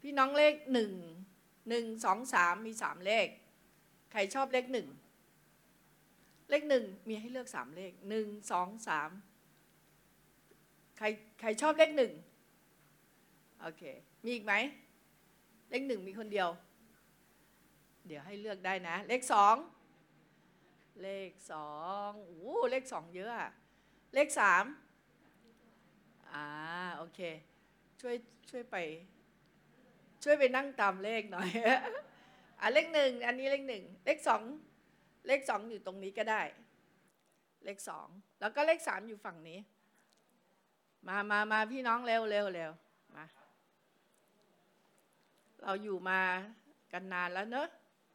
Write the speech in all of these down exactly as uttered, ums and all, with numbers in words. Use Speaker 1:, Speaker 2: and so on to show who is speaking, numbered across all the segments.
Speaker 1: พี่น้องเลขหนึ่งหนึ่งสองสามมีสามเลขใครชอบเลขหนึ่งเลขหนึ่งมีให้เลือกสามเลขหนึ่งสองสามใครใครชอบเลขหนึ่งโอเคมีอีกไหมเลขหนึ่งมีคนเดียวเดี๋ยวให้เลือกได้นะเลขสองเลขสองโอ้เลขสองเยอะอะเลขสามอ่าโอเคช่วยช่วยไปช่วยไปนั่งตามเลขหน่อยอ่ะเลขหนึ่งอันนี้เลขหนึ่งเลขสองเลขสองอยู่ตรงนี้ก็ได้เลขสองแล้วก็เลขสามอยู่ฝั่งนี้มามามาพี่น้องเร็วเร็วเร็วมาเราอยู่มากันนานแล้วเนอะ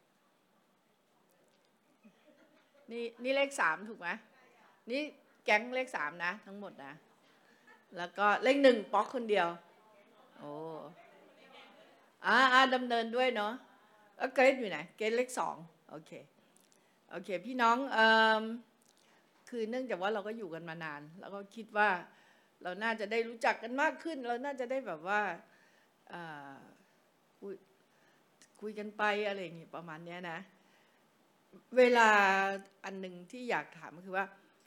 Speaker 1: นี่นี่เลขสามถูกไหมนี่แก๊งเลขสามนะทั้งหมดนะแล้วก็เลขหนึ่งป๊อกคนเดียวโอ้อ่าอ่าดำเนินด้วยเนาะแล้วเกรดอยู่ไหนเกรดเลขสองโอเคโอเคพี่น้องเอ่อคือเนื่องจากว่าเราก็อยู่กันมานานแล้วก็คิดว่าเราน่าจะได้รู้จักกันมากขึ้นเราน่าจะได้แบบว่าคุยคุยกันไปอะไรอย่างงี้ประมาณนี้นะเวลาอันหนึ่งที่อยากถามก็คือว่า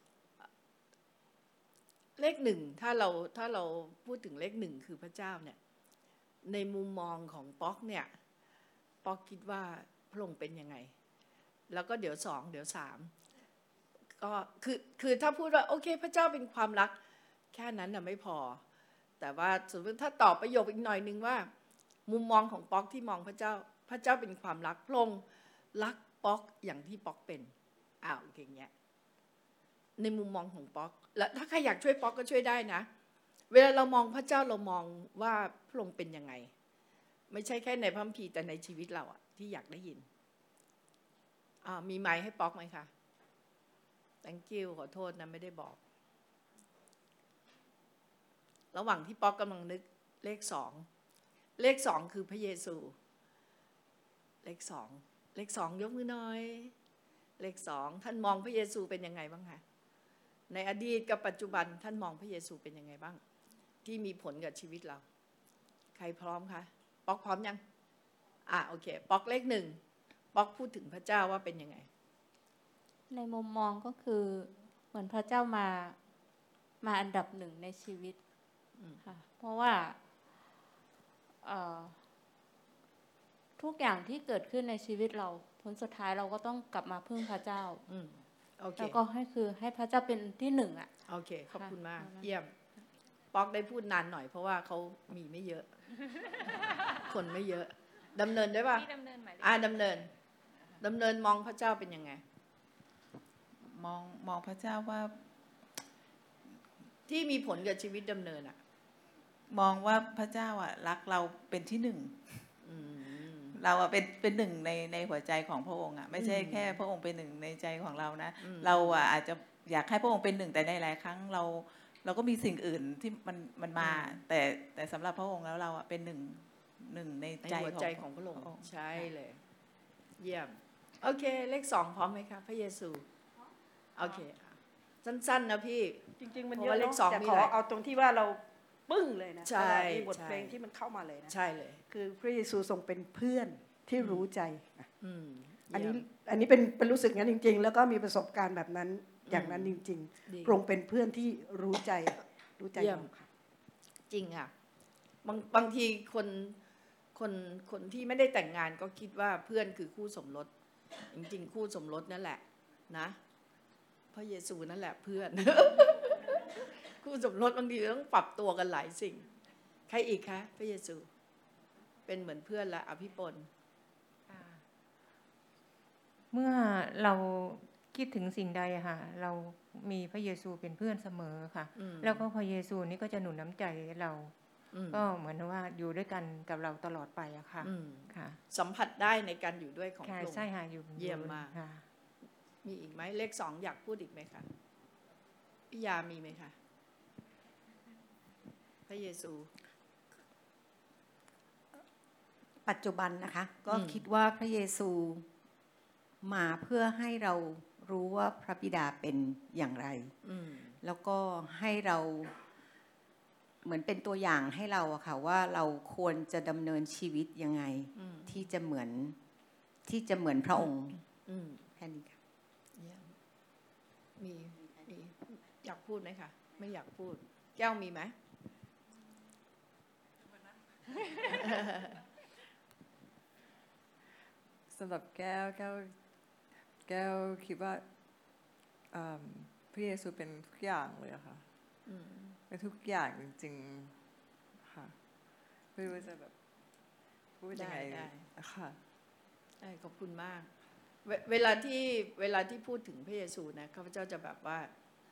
Speaker 1: เลขหนึ่งถ้าเราถ้าเราพูดถึงเลขหนึ่งคือพระเจ้าเนี่ยในมุมมองของป๊อกเนี่ยป๊อกคิดว่าพระองค์เป็นยังไงแล้วก็เดี๋ยวสองเดี๋ยวสามก็คือคือถ้าพูดว่าโอเคพระเจ้าเป็นความรักแค่นั้นน่ะไม่พอแต่ว่าสมมติถ้าตอบประโยคอีกหน่อยนึงว่ามุมมองของป๊อกที่มองพระเจ้าพระเจ้าเป็นความรักพระองค์รักป๊อกอย่างที่ป๊อกเป็นอ้าวอย่างเงี้ยในมุมมองของป๊อกแล้วถ้าใครอยากช่วยป๊อกก็ช่วยได้นะเวลาเรามองพระเจ้าเรามองว่าพระองค์เป็นยังไงไม่ใช่แค่ในพระคัมภีร์แต่ในชีวิตเราอะที่อยากได้ยินอ่ามีไมค์ให้ป๊อกไหมคะ thank you ขอโทษนะไม่ได้บอกระหว่างที่ป๊อกกำลังนึกเลขสองเลขสองคือพระเยซูเลขสองเลขสองยกมือหน่อยเลขสองท่านมองพระเยซูเป็นยังไงบ้างคะในอดีตกับปัจจุบันท่านมองพระเยซูเป็นยังไงบ้างที่มีผลกับชีวิตเราใครพร้อมคะป๊อกพร้อมยังอ่ะโอเคป๊อกเลขหนึ่งป๊อกพูดถึงพระเจ้าว่าเป็นยังไง
Speaker 2: ในมุมมองก็คือเหมือนพระเจ้ามามาอันดับหนึ่งในชีวิตค่ะเพราะว่าทุกอย่างที่เกิดขึ้นในชีวิตเราผลสุดท้ายเราก็ต้องกลับมาพึ่งพระเจ้าแล้วก็ให้คือให้พระเจ้าเป็นที่หนึ่งอ่ะ
Speaker 1: โอเคขอบคุณมากเยี่ยมป๊อกได้พูดนานหน่อยเพราะว่าเขามีไม่เยอะคนไม่เยอะดำเนินได้ป่ะอ่าดำเนินดำเนินมองพระเจ้าเป็นยังไง
Speaker 3: มองมองพระเจ้าว่า
Speaker 1: ที่มีผลกับชีวิตดำเนินอ่ะ
Speaker 3: มองว่าพระเจ้าอ่ะรักเราเป็นที่หนึ่งเราอ่ะเป็นเป็นหนึ่งในในหัวใจของพระองค์อ่ะไม่ใช่แค่พระองค์เป็นหนึ่งในใจของเรานะเราอ่ะอาจจะอยากให้พระองค์เป็นหนึ่งแต่ในหลายครั้งเราเราก็มีสิ่งอื่นที่มันมันมาแต่แต่สำหรับพระองค์แล้วเราอ่ะเป็นหนึ่งหนึ่งในใจ
Speaker 1: หัวใจของพระองค์ใช่เลยเยี่ยมโอเคเลขสองพร้อมไหมคะพระเยซูโอเคสั้นๆนะพี่
Speaker 4: จริงๆมันเยอะเนาะแต่ขอเอาตรงที่ว่าเราปึ้งเลยนะใช่มีบทเพลงที่มันเข้ามาเลยนะ
Speaker 1: ใช่เลย
Speaker 4: คือพระเยซูทรงเป็นเพื่อนที่รู้ใจอันนี้อันนี้เป็นเป็นรู้สึกงั้นจริงๆแล้วก็มีประสบการณ์แบบนั้นอย่างนั้นจริงๆพระองค์เป็นเพื่อนที่รู้ใจรู้ใจเราค่ะ
Speaker 1: จริงค่ะบางบางทีคนคนคนที่ไม่ได้แต่งงานก็คิดว่าเพื่อนคือคู่สมรสจริงๆคู่สมรสนั่นแหละนะพระเยซูนั่นแหละเพื่อน คู่สมรสบางทีต้องปรับตัวกันหลายสิ่งใครอีกคะพระเยซูเป็นเหมือนเพื่อนละอภิปรณ์
Speaker 5: เมื่อเราคิดถึงสิ่งใดค่ะเรามีพระเยซูเป็นเพื่อนเสมอค่ะแล้วก็พระเยซูนี่ก็จะหนุนน้ำใจเราก็เหมือนว่าอยู่ด้วยกันกับเราตลอดไปอะค่ะค่ะ
Speaker 1: สัมผัสได้ในการอยู่ด้วยของพระองค์
Speaker 5: ใช่ค่ะอยู่
Speaker 1: เยี่ยมมากมีอีกไหมเลขสองอยากพูดอีกไหมคะพี่ยามีไหมคะพระเยซู
Speaker 6: ปัจจุบันนะคะก็คิดว่าพระเยซูมาเพื่อให้เรารู้ว่าพระบิดาเป็นอย่างไรแล้วก็ให้เราเหมือนเป็นตัวอย่างให้เราอะค่ะว่าเราควรจะดำเนินชีวิตยังไงที่จะเหมือนที่จะเหมือนพระองค์แค่นี้ค่ะ
Speaker 1: มีมีอยากพูดไหมคะไม่อยากพูดแก้วมีไหม
Speaker 7: สำหรับแก้วแก้วแก้วคิดว่าพระเยซูเป็นทุกอย่างเลยอะค่ะเป็นทุกอย่างจริงๆค่ะไม่รู้จะแบบพูดยังไงค่ะ
Speaker 1: ได้ขอบคุณมากเวลาที่เวลาที่พูดถึงพระเยซูนะข้าพเจ้าจะแบบว่า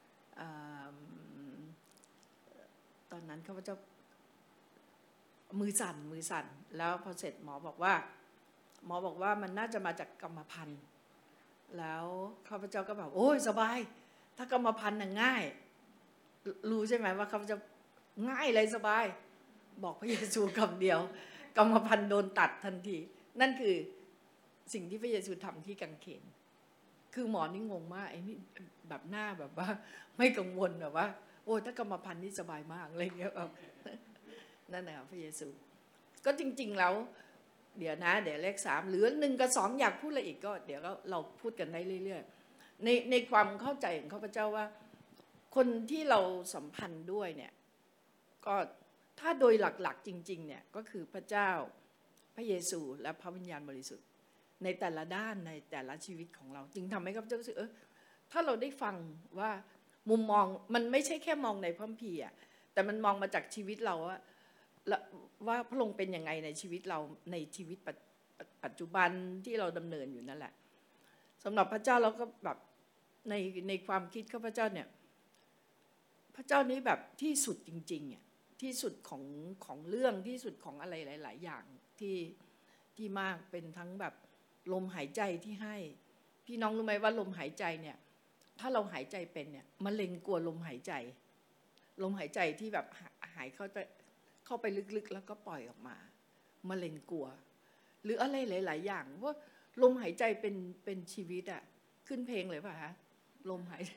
Speaker 1: ตอนนั้นข้าพเจ้ามือสั่นมือสั่นแล้วพอเสร็จหมอบอกว่าหมอบอกว่ามันน่าจะมาจากกรรมพันธุ์แล้วข้าพเจ้าก็แบบโอ้ยสบายถ้ากรรมพันธุ์น่ะง่ายรู้ใช่ไหมว่าข้าพเจ้าง่ายเลยสบายบอกพระเยซูคำเดียวกรรมพันธุ์โดนตัดทันทีนั่นคือสิ่งที่พระเยซูทำที่กางเขนคือหมอนี่งงมากไอ้นี่แบบหน้าแบบว่าไม่กังวลแบบว่าโอ้ถ้ากรรมพันธุ์นี่สบายมากอะไรเงี้ยแบบนั่นแหละพระเยซูก็จริงๆแล้วเดี๋ยวนะเดี๋ยวเลขสามหรือหนึ่งกับสองอยากพูดอะไรอีกก็เดี๋ยวเราพูดกันได้เรื่อยๆในในความเข้าใจของข้าพเจ้าว่าคนที่เราสัมพันธ์ด้วยเนี่ยก็ถ้าโดยหลักๆจริงๆเนี่ยก็คือพระเจ้าพระเยซูและพระวิญญาณบริสุทธิ์ในแต่ละด้านในแต่ละชีวิตของเราจึงทำให้ข้าพเจ้ารู้สึกเออถ้าเราได้ฟังว่ามุมมองมันไม่ใช่แค่มองในพระคัมภีร์แต่มันมองมาจากชีวิตเราว่าว่าพระองค์เป็นยังไงในชีวิตเราในชีวิตปัจจุบันที่เราดำเนินอยู่นั่นแหละสำหรับพระเจ้าเราก็แบบในในความคิดข้าพเจ้าเนี่ยพระเจ้านี้แบบที่สุดจริงๆอ่ะที่สุดของของเรื่องที่สุดของอะไรหลายๆอย่างที่ที่มากเป็นทั้งแบบลมหายใจที่ให้พี่น้องรู้ไหมว่าลมหายใจเนี่ยถ้าเราหายใจเป็นเนี่ยมะเร็งกลัวลมหายใจลมหายใจที่แบบหายเข้าไปเข้าไปลึกๆแล้วก็ปล่อยออกมามะเร็งกลัวหรืออะไรหลายๆอย่างว่าลมหายใจเป็นเป็นชีวิตอ่ะขึ้นเพลงเลยป่ะฮะลมหาย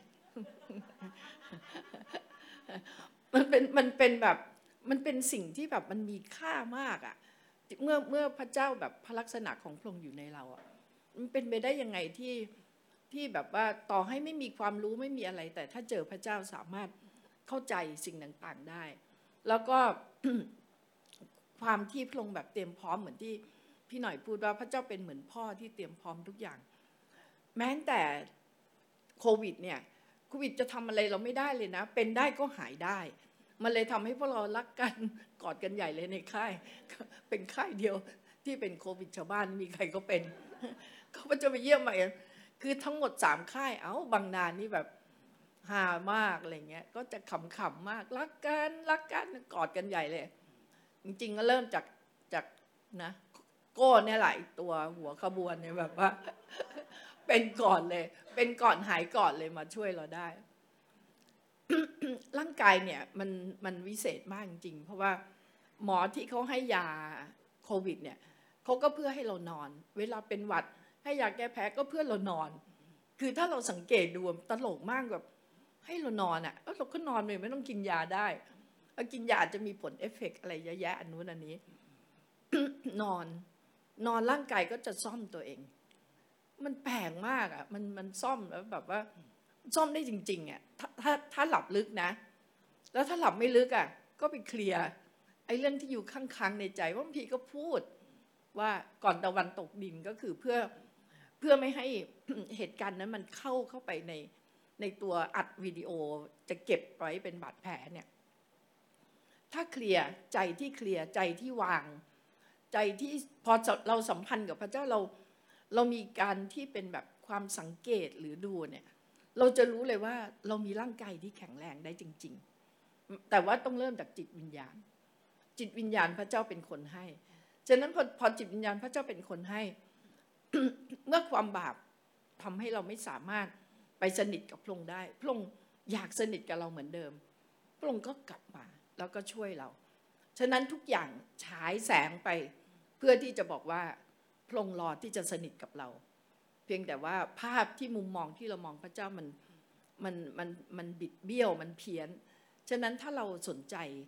Speaker 1: มันเป็นมันเป็นแบบมันเป็นสิ่งที่แบบมันมีค่ามากอ่ะเมื่อเมื่อพระเจ้าแบบพระลักษณะของพระองค์อยู่ในเราอ่ะมันเป็นไปได้ยังไงที่ที่แบบว่าต่อให้ไม่มีความรู้ไม่มีอะไรแต่ถ้าเจอพระเจ้าสามารถเข้าใจสิ่งต่างๆได้แล้วก็ ความที่พระองค์แบบเตรียมพร้อมเหมือนที่พี่หน่อยพูดว่าพระเจ้าเป็นเหมือนพ่อที่เตรียมพร้อมทุกอย่างแม้แต่โควิดเนี่ยโควิดจะทำอะไรเราไม่ได้เลยนะเป็นได้ก็หายได้มันเลยทำให้พวกเรารักกันกอดกันใหญ่เลยในค่ายเป็นค่ายเดียวที่เป็นโควิดชาวบ้านมีใครก็เป็นเขาจะไปเยี่ยมใหม่คือทั้งหมดสามค่ายเอ้าบางนานี่แบบฮามากอะไรเงี้ยก็จะขำๆมากรักกันรักกันกอดกันใหญ่เลยจริงๆก็เริ่มจากจากนะโก้เนี่ยแหละตัวหัวขบวนเนี่ยแบบว่าเป็นก่อนเลยเป็นก่อนหายก่อนเลยมาช่วยเราได้ ร่างกายเนี่ยมันมันวิเศษมากจริงเพราะว่าหมอที่เขาให้ยาโควิดเนี่ยเขาก็เพื่อให้เรานอนเวลาเป็นหวัดให้ยาแก้แพ้ก็เพื่อเรานอนคือถ้าเราสังเกตดูตลกมากแบบให้เรานอนอ่ะเราก็นอนเลยไม่ต้องกินยาได้กินยาจะมีผลเอฟเฟกต์อะไรเยอะแยะอันนู้นอันนี้ นอนนอนร่างกายก็จะซ่อมตัวเองมันแปลกมากอ่ะมันมันซ่อมแล้วแบบว่าซ่อมได้จริงๆอ่ะถ้าถ้าถ้าหลับลึกนะแล้วถ้าหลับไม่ลึกอ่ะก็ไปเคลียร์ไอ้เรื่องที่อยู่ข้างๆในใจว่าบางทีก็พูดว่าก่อนตะวันตกดินก็คือเพื่อเพื่อไม่ให้ เหตุการณ์นั้นมันเข้าเข้าไปในในตัวอัดวิดีโอจะเก็บไว้เป็นบาดแผลเนี่ยถ้าเคลียร์ใจที่เคลียร์ใจที่วางใจที่พอเราสัมพันธ์กับพระเจ้าเราเรามีการที่เป็นแบบความสังเกตหรือดูเนี่ยเราจะรู้เลยว่าเรามีร่างกายที่แข็งแรงได้จริงๆแต่ว่าต้องเริ่มจากจิตวิญญาณจิตวิญญาณพระเจ้าเป็นคนให้ฉะนั้นพอพอจิตวิญญาณพระเจ้าเป็นคนให้ เมื่อความบาปทำให้เราไม่สามารถไปสนิทกับพระองค์ได้พระองค์อยากสนิทกับเราเหมือนเดิมพระองค์ก็กลับมาแล้วก็ช่วยเราฉะนั้นทุกอย่างฉายแสงไปเพื่อที่จะบอกว่าพระองค์รอที่จะสนิทกับเราเพียงแต่ว่าภาพที่มุมมองที่เรามองพระเจ้ามันมันมันมันบิดเบี้ยวมันเพี้ยนฉะนั้นถ้าเราสนใจ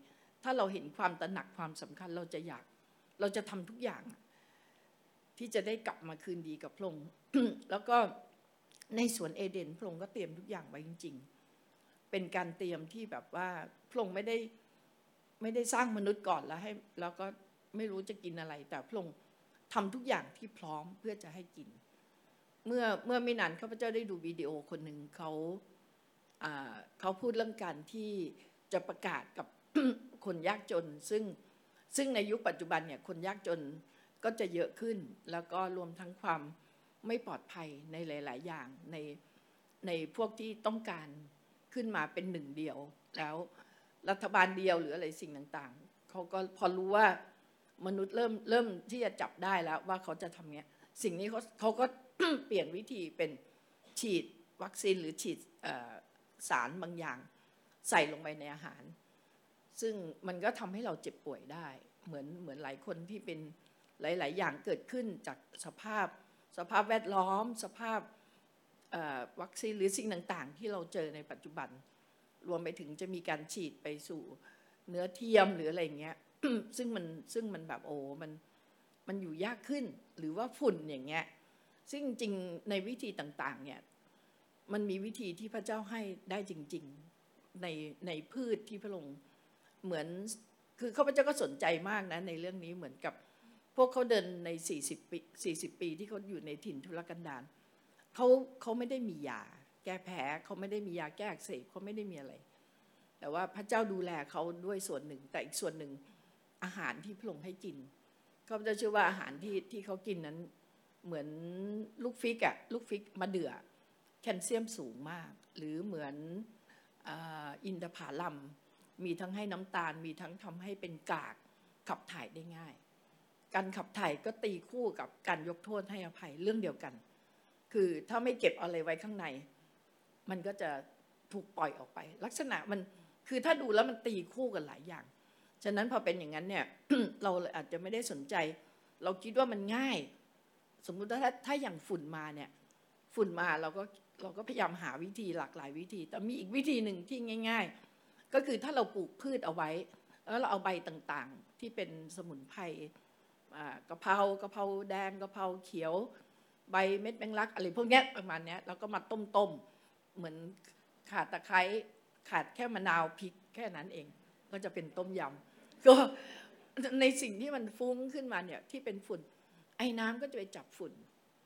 Speaker 1: ถ้าเราเห็นความตระหนักความสำคัญเราจะอยากเราจะทำทุกอย่างที่จะได้กลับมาคืนดีกับพระองค์ แล้วก็ในสวนเอเดนพระองค์ก็เตรียมทุกอย่างไว้จริงๆเป็นการเตรียมที่แบบว่าพระองค์ไม่ได้ไม่ได้สร้างมนุษย์ก่อนแล้วให้แล้วก็ไม่รู้จะกินอะไรแต่พระองค์ทำทุกอย่างที่พร้อมเพื่อจะให้กินเมื่อเมื่อไม่นานข้าพเจ้าได้ดูวิดีโอคนหนึ่งเขาเขาพูดเรื่องการที่จะประกาศกับ คนยากจนซึ่งซึ่งในยุคปัจจุบันเนี่ยคนยากจนก็จะเยอะขึ้นแล้วก็รวมทั้งความไม่ปลอดภัยในหลายๆอย่างในในพวกที่ต้องการขึ้นมาเป็นหนึ่งเดียวแล้วรัฐบาลเดียวหรืออะไรสิ่งต่างๆเขาก็พอรู้ว่ามนุษย์เริ่มเริ่มที่จะจับได้แล้วว่าเขาจะทำเงี้ยสิ่งนี้เขาเขาก็ เปลี่ยนวิธีเป็นฉีดวัคซีนหรือฉีดสารบางอย่างใส่ลงไปในอาหารซึ่งมันก็ทำให้เราเจ็บป่วยได้เหมือนเหมือนหลายคนที่เป็นหลายๆอย่างเกิดขึ้นจากสภาพสภาพแวดล้อมสภาพวัคซีนหรือสิ่งต่างๆที่เราเจอในปัจจุบันรวมไปถึงจะมีการฉีดไปสู่เนื้อเทียมหรืออะไรเงี้ย ซึ่งมันซึ่งมันแบบโอ้มันมันอยู่ยากขึ้นหรือว่าฝุ่นอย่างเงี้ยซึ่งจริงในวิธีต่างๆเนี่ยมันมีวิธีที่พระเจ้าให้ได้จริงๆในในพืชที่พระองค์เหมือนคือข้าพเจ้าก็สนใจมากนะในเรื่องนี้เหมือนกับพวกเขาเดินในสี่สิบปีสี่สิบปีที่เขาอยู่ในถิ่นทุรกันดารเขาเขาไม่ได้มียาแก้แพ้เขาไม่ได้มียาแก้อักเสบเขาไม่ได้มีอะไรแต่ว่าพระเจ้าดูแลเขาด้วยส่วนหนึ่งแต่อีกส่วนหนึ่งอาหารที่พระองค์ให้กินเขาจะเชื่อว่าอาหารที่ที่เขากินนั้นเหมือนลูกฟิกอะลูกฟิกมะเดื่อแคลเซียมสูงมากหรือเหมือนอินทผลัมมีทั้งให้น้ำตาลมีทั้งทำให้เป็นกากขับถ่ายได้ง่ายการขับถ่ายก็ตีคู่กับการยกโทษให้อภัยเรื่องเดียวกันคือถ้าไม่เก็บอะไรไว้ข้างในมันก็จะถูกปล่อยออกไปลักษณะมันคือถ้าดูแล้วมันตีคู่กันหลายอย่างฉะนั้นพอเป็นอย่างนั้นเนี่ย เราอาจจะไม่ได้สนใจเราคิดว่ามันง่ายสมมุติว่าถ้าถ้าอย่างฝุ่นมาเนี่ยฝุ่นมาเราก็เราก็พยายามหาวิธีหลากหลายวิธีแต่มีอีกวิธีหนึ่งที่ง่ายๆก็คือถ้าเราปลูกพืชเอาไว้แล้วเราเอาใบต่างๆที่เป็นสมุนไพรกะเพรากะเพราแดงกะเพราเขียวใบเม็ดแมงลักอะไรพวกนี้ประมาณนี้เราก็มาต้มๆเหมือนขาดตะไคร้ขาดแค่มะนาวพริกแค่นั้นเองก็จะเป็นต้มยำก็ในสิ่งที่มันฟุ้งขึ้นมาเนี่ยที่เป็นฝุ่นไอ้น้ำก็จะไปจับฝุ่น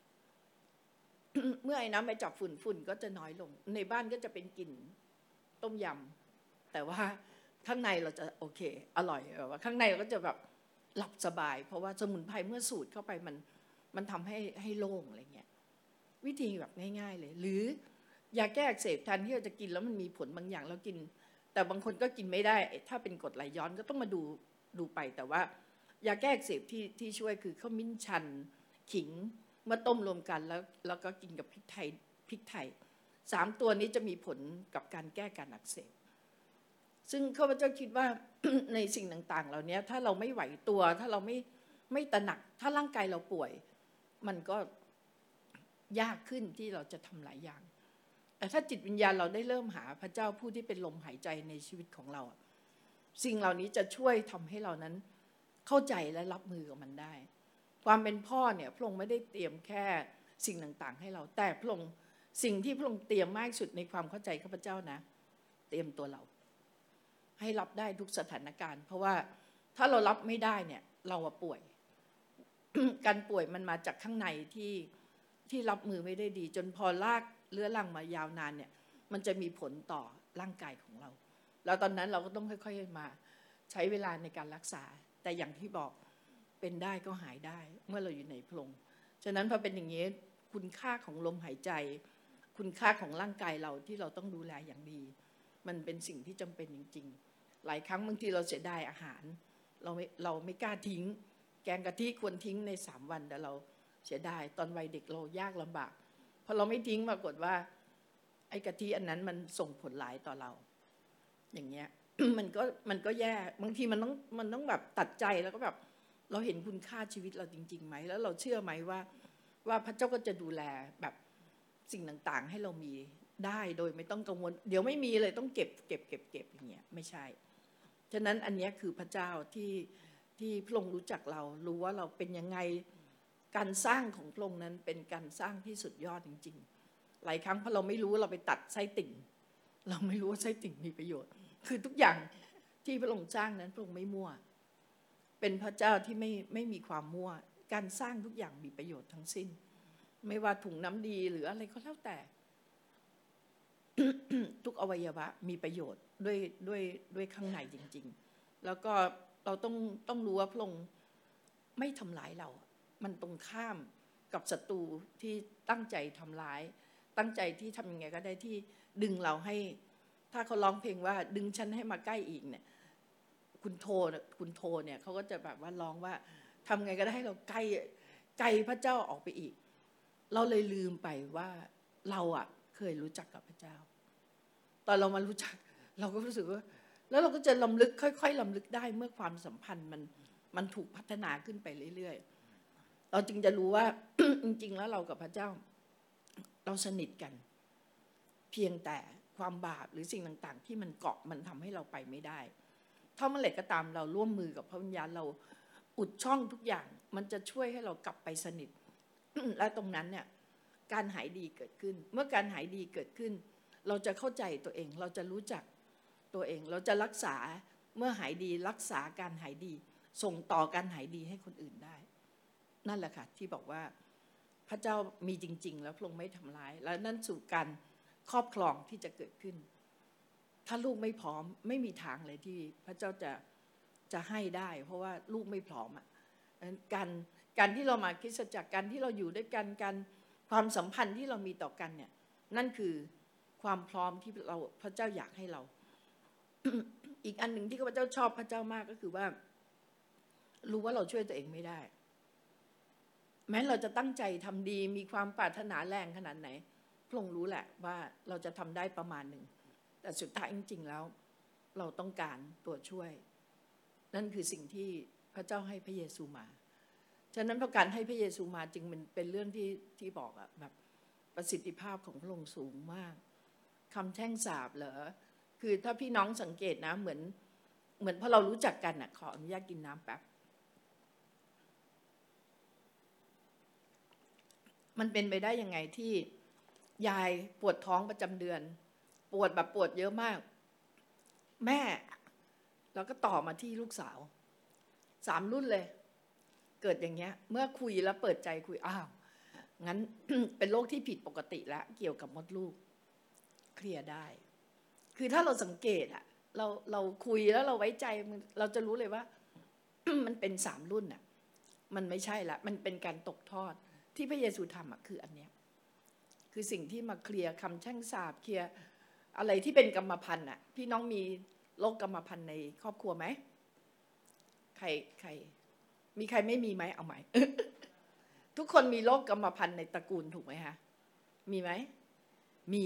Speaker 1: เมื่อไอ้น้ำไปจับฝุ่นฝุ่นก็จะน้อยลงในบ้านก็จะเป็นกลิ่นต้มยำแต่ว่าข้างในเราจะโอเคอร่อยแบบว่าข้างในเราก็จะแบบหลับสบายเพราะว่าสมุนไพรเมื่อสูดเข้าไปมันมันทำให้ให้โล่งอะไรเงี้ยวิธีแบบง่ายๆเลยหรือยาแก้อักเสบแทนที่เราจะกินแล้วมันมีผลบางอย่างเรากินแต่บางคนก็กินไม่ได้ถ้าเป็นกรดไหลย้อนก็ต้องมาดูดูไปแต่ว่ายาแก้อักเสบที่ที่ช่วยคือข้าวมิ้นชันขิงเมื่อต้มรวมกันแล้วแล้วก็กินกับพริกไทยพริกไทยสามตัวนี้จะมีผลกับการแก้การอักเสบซึ่งข้าพเจ้าคิดว่า ในสิ่งต่างๆเหล่านี้ถ้าเราไม่ไหวตัวถ้าเราไม่ไม่ตระหนักถ้าร่างกายเราป่วยมันก็ยากขึ้นที่เราจะทำหลายอย่างแต่ถ้าจิตวิญญาณเราได้เริ่มหาพระเจ้าผู้ที่เป็นลมหายใจในชีวิตของเราสิ่งเหล่านี้จะช่วยทำให้เรานั้นเข้าใจและรับมือกับมันได้ความเป็นพ่อเนี่ยพระองค์ไม่ได้เตรียมแค่สิ่งต่างๆให้เราแต่พระองค์สิ่งที่พระองค์เตรียมมากสุดในความเข้าใจข้าพเจ้านะเตรียมตัวเราให้รับได้ทุกสถานการณ์เพราะว่าถ้าเรารับไม่ได้เนี่ยเราป่วย การป่วยมันมาจากข้างในที่ที่รับมือไม่ได้ดีจนพอลากเลื้อรังมายาวนานเนี่ยมันจะมีผลต่อร่างกายของเราแล้วตอนนั้นเราก็ต้องค่อยๆมาใช้เวลาในการรักษาแต่อย่างที่บอกเป็นได้ก็หายได้เมื่อเราอยู่ในพระองค์ฉะนั้นพอเป็นอย่างนี้คุณค่าของลมหายใจคุณค่าของร่างกายเราที่เราต้องดูแลอย่างดีมันเป็นสิ่งที่จำเป็นจริงๆหลายครั้งบางทีเราเสียดายอาหารเราไม่เราไม่กล้าทิ้งแกงกะทิควรทิ้งในสามวันแต่เราเสียดายตอนวัยเด็กเรายากลำบากพอเราไม่ทิ้งปรากฏว่าไอ้กะทิอันนั้นมันส่งผลหลายต่อเราอย่างเงี้ย มันก็มันก็แย่บางทีมันต้องมันต้องแบบตัดใจแล้วก็แบบเราเห็นคุณค่าชีวิตเราจริงๆไหมแล้วเราเชื่อไหมว่าว่าพระเจ้าก็จะดูแลแบบสิ่งต่างๆให้เรามีได้โดยไม่ต้องกังวลเดี๋ยวไม่มีเลยต้องเก็บเก็บเก็บเก็บอย่างเงี้ยไม่ใช่ฉะนั้นอันนี้คือพระเจ้าที่ที่พระองค์รู้จักเรารู้ว่าเราเป็นยังไงการสร้างของพระองค์นั้นเป็นการสร้างที่สุดยอดจริงๆหลายครั้งพอเราไม่รู้เราไปตัดไส้ติ่งเราไม่รู้ว่าไส้ติ่งมีประโยชน์คือทุกอย่างที่พระองค์สร้างนั้นพระองค์ไม่มั่วเป็นพระเจ้าที่ไม่ไม่มีความมั่วการสร้างทุกอย่างมีประโยชน์ทั้งสิ้นไม่ว่าถุงน้ำดีหรืออะไรก็แล้วแต่ ทุกอวัยวะมีประโยชน์ด้วยด้วยด้วยข้างในจริงๆแล้วก็เราต้องต้องรู้ว่าพระองค์ไม่ทำร้ายเรามันตรงข้ามกับศัตรูที่ตั้งใจทำร้ายตั้งใจที่ทำยังไงก็ได้ที่ดึงเราให้ถ้าเขาร้องเพลงว่าดึงฉันให้มาใกล้อีกเนี่ยคุณโทคุณโทเนี่ยเขาก็จะแบบว่าร้องว่าทำไงก็ได้ให้เราใกล้ไกลพระเจ้าออกไปอีกเราเลยลืมไปว่าเราอ่ะเคยรู้จักกับพระเจ้าตอนเรามารู้จักเราก็รู้สึกว่าแล้วเราก็จะลำลึกค่อยๆลำลึกได้เมื่อความสัมพันธ์มันมันถูกพัฒนาขึ้นไปเรื่อยๆเราจึงจะรู้ว่า จริงๆแล้วเรากับพระเจ้าเราสนิทกันเพียงแต่ความบาปหรือสิ่งต่างๆที่มันเกาะมันทำให้เราไปไม่ได้ถ้าเมื่อไหร่ก็ตามเราร่วมมือกับพระวิญญาณเราอุดช่องทุกอย่างมันจะช่วยให้เรากลับไปสนิท และตรงนั้นเนี่ยการหายดีเกิดขึ้นเมื่อการหายดีเกิดขึ้นเราจะเข้าใจตัวเองเราจะรู้จักตัวเองเราจะรักษาเมื่อหายดีรักษาการหายดีส่งต่อการหายดีให้คนอื่นได้นั่นแหละค่ะที่บอกว่าพระเจ้ามีจริงๆแล้วพระองค์ไม่ทำร้ายแล้วนั่นสู่การครอบครองที่จะเกิดขึ้นถ้าลูกไม่พร้อมไม่มีทางเลยที่พระเจ้าจะจะให้ได้เพราะว่าลูกไม่พร้อมอ่ะการการที่เรามาคริสตจักรการที่เราอยู่ด้วยกันการความสัมพันธ์ที่เรามีต่อกันเนี่ยนั่นคือความพร้อมที่เราพระเจ้าอยากให้เรา อีกอันหนึ่งที่พระเจ้าชอบพระเจ้ามากก็คือว่ารู้ว่าเราช่วยตัวเองไม่ได้แม้เราจะตั้งใจทำดีมีความปรารถนาแรงขนาดไหนพระองค์รู้แหละว่าเราจะทำได้ประมาณหนึ่งแต่สุดท้ายจริงๆแล้วเราต้องการตัวช่วยนั่นคือสิ่งที่พระเจ้าให้พระเยซูมาฉะนั้นเพราะการให้พระเยซูมาจึงเป็นเป็นเรื่องที่ที่บอกอะแบบประสิทธิภาพของพระองค์สูงมากคำแช่งสาปเหรอคือถ้าพี่น้องสังเกตนะเหมือนเหมือนพอเรารู้จักกันอะขออนุญาตกินน้ำแป๊บมันเป็นไปได้ยังไงที่ยายปวดท้องประจำเดือนปวดแบบปวดเยอะมากแม่แล้วก็ต่อมาที่ลูกสาวสามรุ่นเลยเกิดอย่างเงี้ยเมื่อคุยแล้วเปิดใจคุยอ้าวงั้น เป็นโรคที่ผิดปกติแล้วเกี่ยวกับมดลูกเคลียร์ได้คือถ้าเราสังเกตอะเราเราคุยแล้วเราไว้ใจเราจะรู้เลยว่า มันเป็นสามรุ่นอะมันไม่ใช่ละมันเป็นการตกทอดที่พระเยซูทำอะคืออันเนี้ยคือสิ่งที่มาเคลียร์คำแช่งสาปเคลียร์อะไรที่เป็นกรรมพันธุ์อะพี่น้องมีโรคกรรมพันธุ์ในครอบครัวไหมใครใครมีใครไม่มีไหมเอาใหม่ ทุกคนมีโรคกรรมพันธุ์ในตระกูลถูกไหมคะมีไหมมี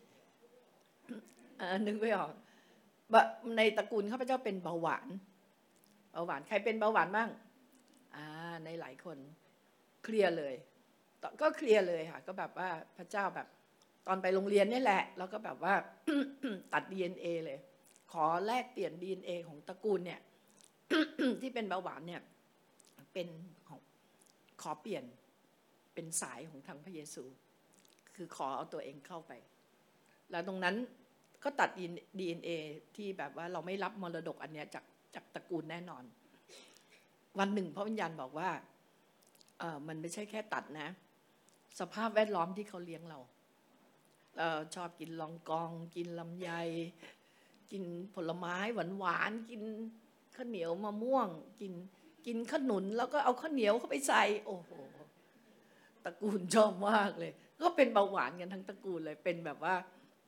Speaker 1: นึกไม่ออกในตระกูลข้าพเจ้าเป็นเบาหวานเบาหวานใครเป็นเบาหวานบ้างอ่าในหลายคนเคลียร์เลยก็เคลียร์เลยค่ะก็แบบว่าพระเจ้าแบบตอนไปโรงเรียนนี่แหละแล้วก็แบบว่า ตัด ดี เอ็น เอ เลยขอแลกเปลี่ยน ดี เอ็น เอ ของตระกูลเนี่ย ที่เป็นเบาหวานเนี่ยเป็นขอเปลี่ยนเป็นสายของทางพระเยซูคือขอเอาตัวเองเข้าไปแล้วตรงนั้นก็ตัด ดี เอ็น เอ ที่แบบว่าเราไม่รับมรดกอันเนี้ยจากจากตระกูลแน่นอนวันหนึ่งพระวิญญาณบอกว่าเออมันไม่ใช่แค่ตัดนะสภาพแวดล้อมที่เขาเลี้ยงเราเออชอบกินลองกองกินลำไยกินผลไม้หวานๆกินข้าวเหนียวมะม่วงกินกินขนุนแล้วก็เอาข้าวเหนียวเข้าไปใส่โอ้โหตระกูลชอบมากเลยก็เป็นเบาหวานกันทั้งตระกูลเลยเป็นแบบว่า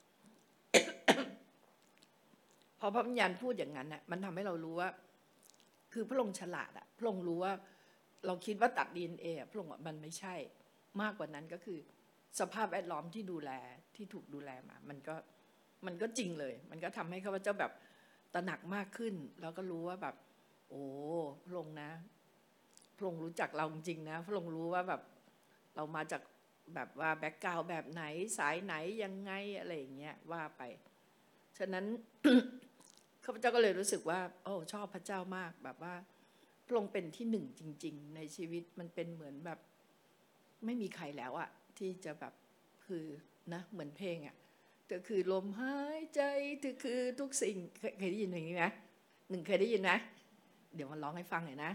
Speaker 1: พอพระวิญญาณพูดอย่างนั้นน่ะมันทำให้เรารู้ว่าคือพระองค์ฉลาดอะพระองค์รู้ว่าเราคิดว่าตัด ดี เอ็น เอ พระองค์มันไม่ใช่มากกว่านั้นก็คือสภาพแวดล้อมที่ดูแลที่ถูกดูแลมามันก็มันก็จริงเลยมันก็ทำให้ข้าพเจ้าแบบตระหนักมากขึ้นแล้วก็รู้ว่าแบบโอ้พระองค์นะพระองค์รู้จักเราจริงๆนะพระองค์รู้ว่าแบบเรามาจากแบบว่าแบ็คกราวด์แบบไหนสายไหนยังไงอะไรอย่างเงี้ยว่าไปฉะนั้นข้าพเจ้าก็เลยรู้สึกว่าโอ้ชอบพระเจ้ามากแบบว่าพระองค์เป็นที่หนึ่งจริงๆในชีวิตมันเป็นเหมือนแบบไม่มีใครแล้วอะที่จะแบบคือนะเหมือนเพลงอะเธอคือลมหายใจเธอคือทุกสิ่งเคยได้ยินเพลงนี้ไหมหนึ่งเคยได้ยินไหมเดี๋ยวมาร้องให้ฟังหน่อยนะ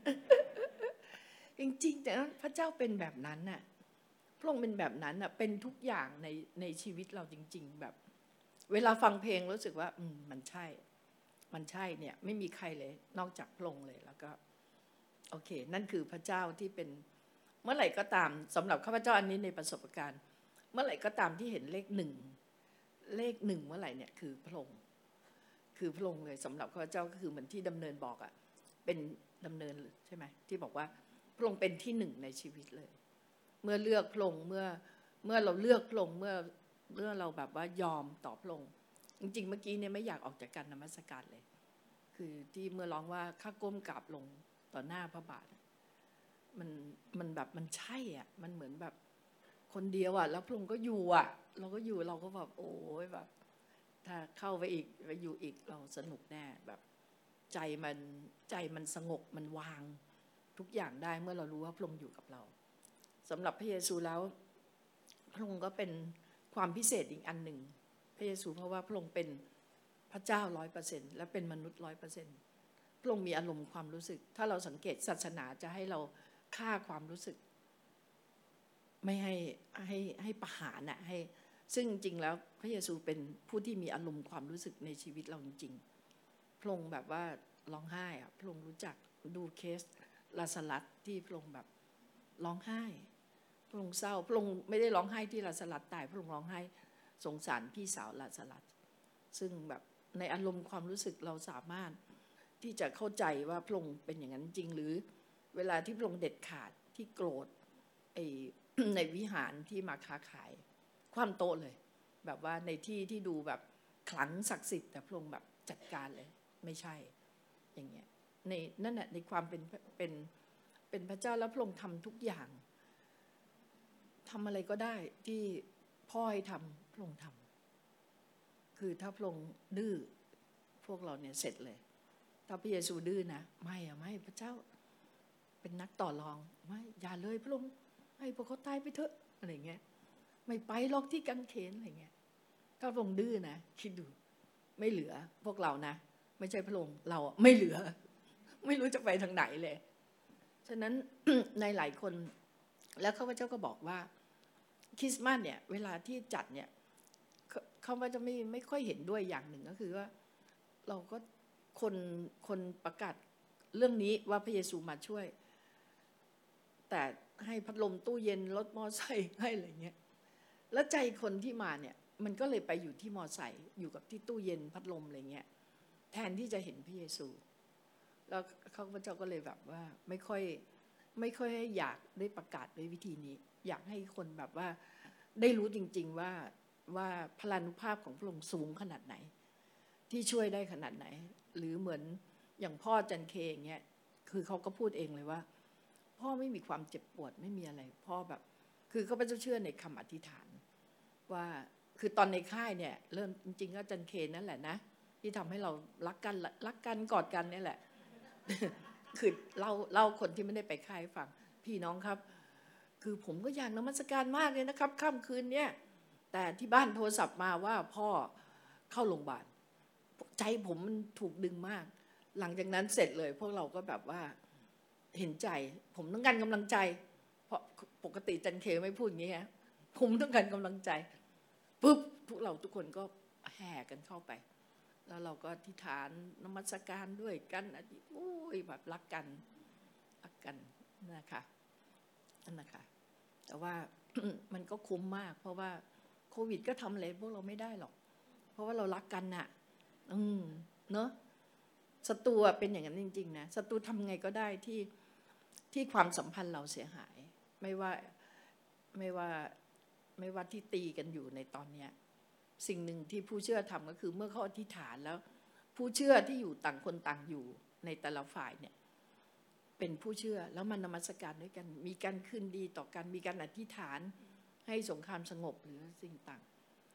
Speaker 1: จริงๆแต่พระเจ้าเป็นแบบนั้นน่ะพระองค์เป็นแบบนั้นน่ะเป็นทุกอย่างในในชีวิตเราจริงๆแบบเวลาฟังเพลงรู้สึกว่าอืมมันใช่มันใช่เนี่ยไม่มีใครเลยนอกจากพระองค์เลยแล้วก็โอเคนั่นคือพระเจ้าที่เป็นเมื่อไหร่ก็ตามสำหรับข้าพเจ้าอันนี้ในประสบการณ์เมื่อไหร่ก็ตามที่เห็นเลขหนึ่งเลขหนึ่งเมื่อไหร่เนี่ยคือพระองค์คือพระองค์เลยสำหรับข้าพเจ้าก็คือเหมือนที่ดำเนินบอกอ่ะเป็นดำเนินใช่ไหมที่บอกว่าพระองค์เป็นที่หนึ่งในชีวิตเลยเมื่อเลือกพระองค์เมื่อเมื่อเราเลือกพระองค์เมื่อเมื่อเราแบบว่ายอมต่อพระองค์จริงๆเมื่อกี้เนี่ยไม่อยากออกจากการนมัสการเลยคือที่เมื่อร้องว่าข้าก้มกราบลงต่อหน้าพระบาทมันมันแบบมันใช่อ่ะมันเหมือนแบบคนเดียวอ่ะแล้วพระองค์ก็อยู่อ่ะเราก็อยู่เราก็แบบโอ้ยแบบถ้าเข้าไปอีกไปอยู่อีกเราสนุกแน่แบบใจมันใจมันสงบมันวางทุกอย่างได้เมื่อเรารู้ว่าพระองค์อยู่กับเราสำหรับพระเยซูแล้วพระองค์ก็เป็นความพิเศษอีกอันหนึ่งพระเยซูเพราะว่าพระองค์เป็นพระเจ้าร้อยเปอร์เซ็นต์และเป็นมนุษย์ร้อยเปอร์เซ็นต์พระองค์มีอารมณ์ความรู้สึกถ้าเราสังเกตศาสนาจะให้เราฆ่าความรู้สึกไม่ให้ให้ให้ประหารน่ะให้ซึ่งจริงแล้วพระเยซูเป็นผู้ที่มีอารมณ์ความรู้สึกในชีวิตเราจริงๆพระองค์แบบว่าร้องไห้อะพระองค์รู้จักดูเคสลาซารัสที่พระองค์แบบร้องไห้พระองค์เศร้าพระองค์ไม่ได้ร้องไห้ที่ลาซารัสตายพระองค์ร้องไห้สงสารพี่สาวลาซารัสซึ่งแบบในอารมณ์ความรู้สึกเราสามารถที่จะเข้าใจว่าพระองค์เป็นอย่างนั้นจริงหรือเวลาที่พระองค์เด็ดขาดที่โกรธไอ้ ในวิหารที่มาค้าขายความโต๊ะเลยแบบว่าในที่ที่ดูแบบขลังศักดิ์สิทธิ์แต่พระองค์แบบจัดการเลยไม่ใช่อย่างเงี้ยในนั่นแหละในความเป็นเป็นเป็นพระเจ้าแล้วพระองค์ทำทุกอย่างทำอะไรก็ได้ที่พ่อให้ทำพระองค์ทำคือถ้าพระองค์ดื้อพวกเราเนี่ยเสร็จเลยถ้าพระเยซูดื้อนะไม่อะไม่พระเจ้าเป็นนักต่อรองไม่อย่าเลยพระองค์ให้พวกเขาตายไปเถอะอะไรเงี้ยไม่ไปหรอกที่กังเขนอะไรเงี้ยถ้าพระองค์ดื้อนะคิดดูไม่เหลือพวกเรานะไม่ใช่พระองค์เราไม่เหลือไม่รู้จะไปทางไหนเลยฉะนั้น ในหลายคนแล้วข้าพเจ้าก็บอกว่าคริสต์มาสเนี่ยเวลาที่จัดเนี่ยเขาว่าจะไม่ไม่ค่อยเห็นด้วยอย่างหนึ่งก็คือว่าเราก็คนคนประกาศเรื่องนี้ว่าพระเยซูมาช่วยแต่ให้พัดลมตู้เย็นรถมอไซค์ให้อะไรเงี้ยแล้วใจคนที่มาเนี่ยมันก็เลยไปอยู่ที่มอไซค์อยู่กับที่ตู้เย็นพัดลมอะไรเงี้ยแทนที่จะเห็นพระเยซูแล้วเขาพระเจ้าก็เลยแบบว่าไม่ค่อยไม่ค่อยอยากได้ประกาศด้วยวิธีนี้อยากให้คนแบบว่าได้รู้จริงๆว่าว่าพลานุภาพของพระองค์สูงขนาดไหนที่ช่วยได้ขนาดไหนหรือเหมือนอย่างพ่อจันเคอย่างเงี้ยคือเขาก็พูดเองเลยว่าพ่อไม่มีความเจ็บปวดไม่มีอะไรพ่อแบบคือเขาพระเจ้าเชื่อในคำอธิษฐานว่าคือตอนในค่ายเนี่ยเริ่มจริงๆก็จันเคนั่นแหละนะที่ทำให้เรารักกันรักกันกอดกันนี่แหละ คือเล่าเล่าคนที่ไม่ได้ไปค่ายฟังพี่น้องครับคือผมก็อยากนมัสการมากเลยนะครับค่ำคืนเนี่ยแต่ที่บ้านโทรศัพท์มาว่าพ่อเข้าโรงพยาบาลใจผมมันถูกดึงมากหลังจากนั้นเสร็จเลยพวกเราก็แบบว่าเห็นใจผมต้องการกำลังใจเพราะปกติจันเคไม่พูดอย่างนี้ฮะผมต้องการกำลังใจปุ๊บพวกเราทุกคนก็แห่กันเข้าไปแล้วเราก็อธิษฐานนมัสการด้วยกันอธิโอ้ยแบบรักกันรักกันนะคะนั่นนะคะแต่ว่า มันก็คุ้มมากเพราะว่าโควิดก็ทำอะไรพวกเราไม่ได้หรอกเพราะว่าเรารักกันน่ะอืมเนอะศัตรูเป็นอย่างนั้นจริงๆนะศัตรูทำไงก็ได้ที่ที่ความสัมพันธ์เราเสียหายไม่ว่าไม่ว่าไม่ว่าที่ตีกันอยู่ในตอนเนี้ยสิ่งหนึ่งที่ผู้เชื่อทำก็คือเมื่อเขาอธิษฐานแล้วผู้เชื่อที่อยู่ต่างคนต่างอยู่ในแต่ละฝ่ายเนี่ยเป็นผู้เชื่อแล้วมันนมัสการด้วยกันมีการคืนดีต่อกันมีการอธิษฐานให้สงครามสงบหรือสิ่งต่าง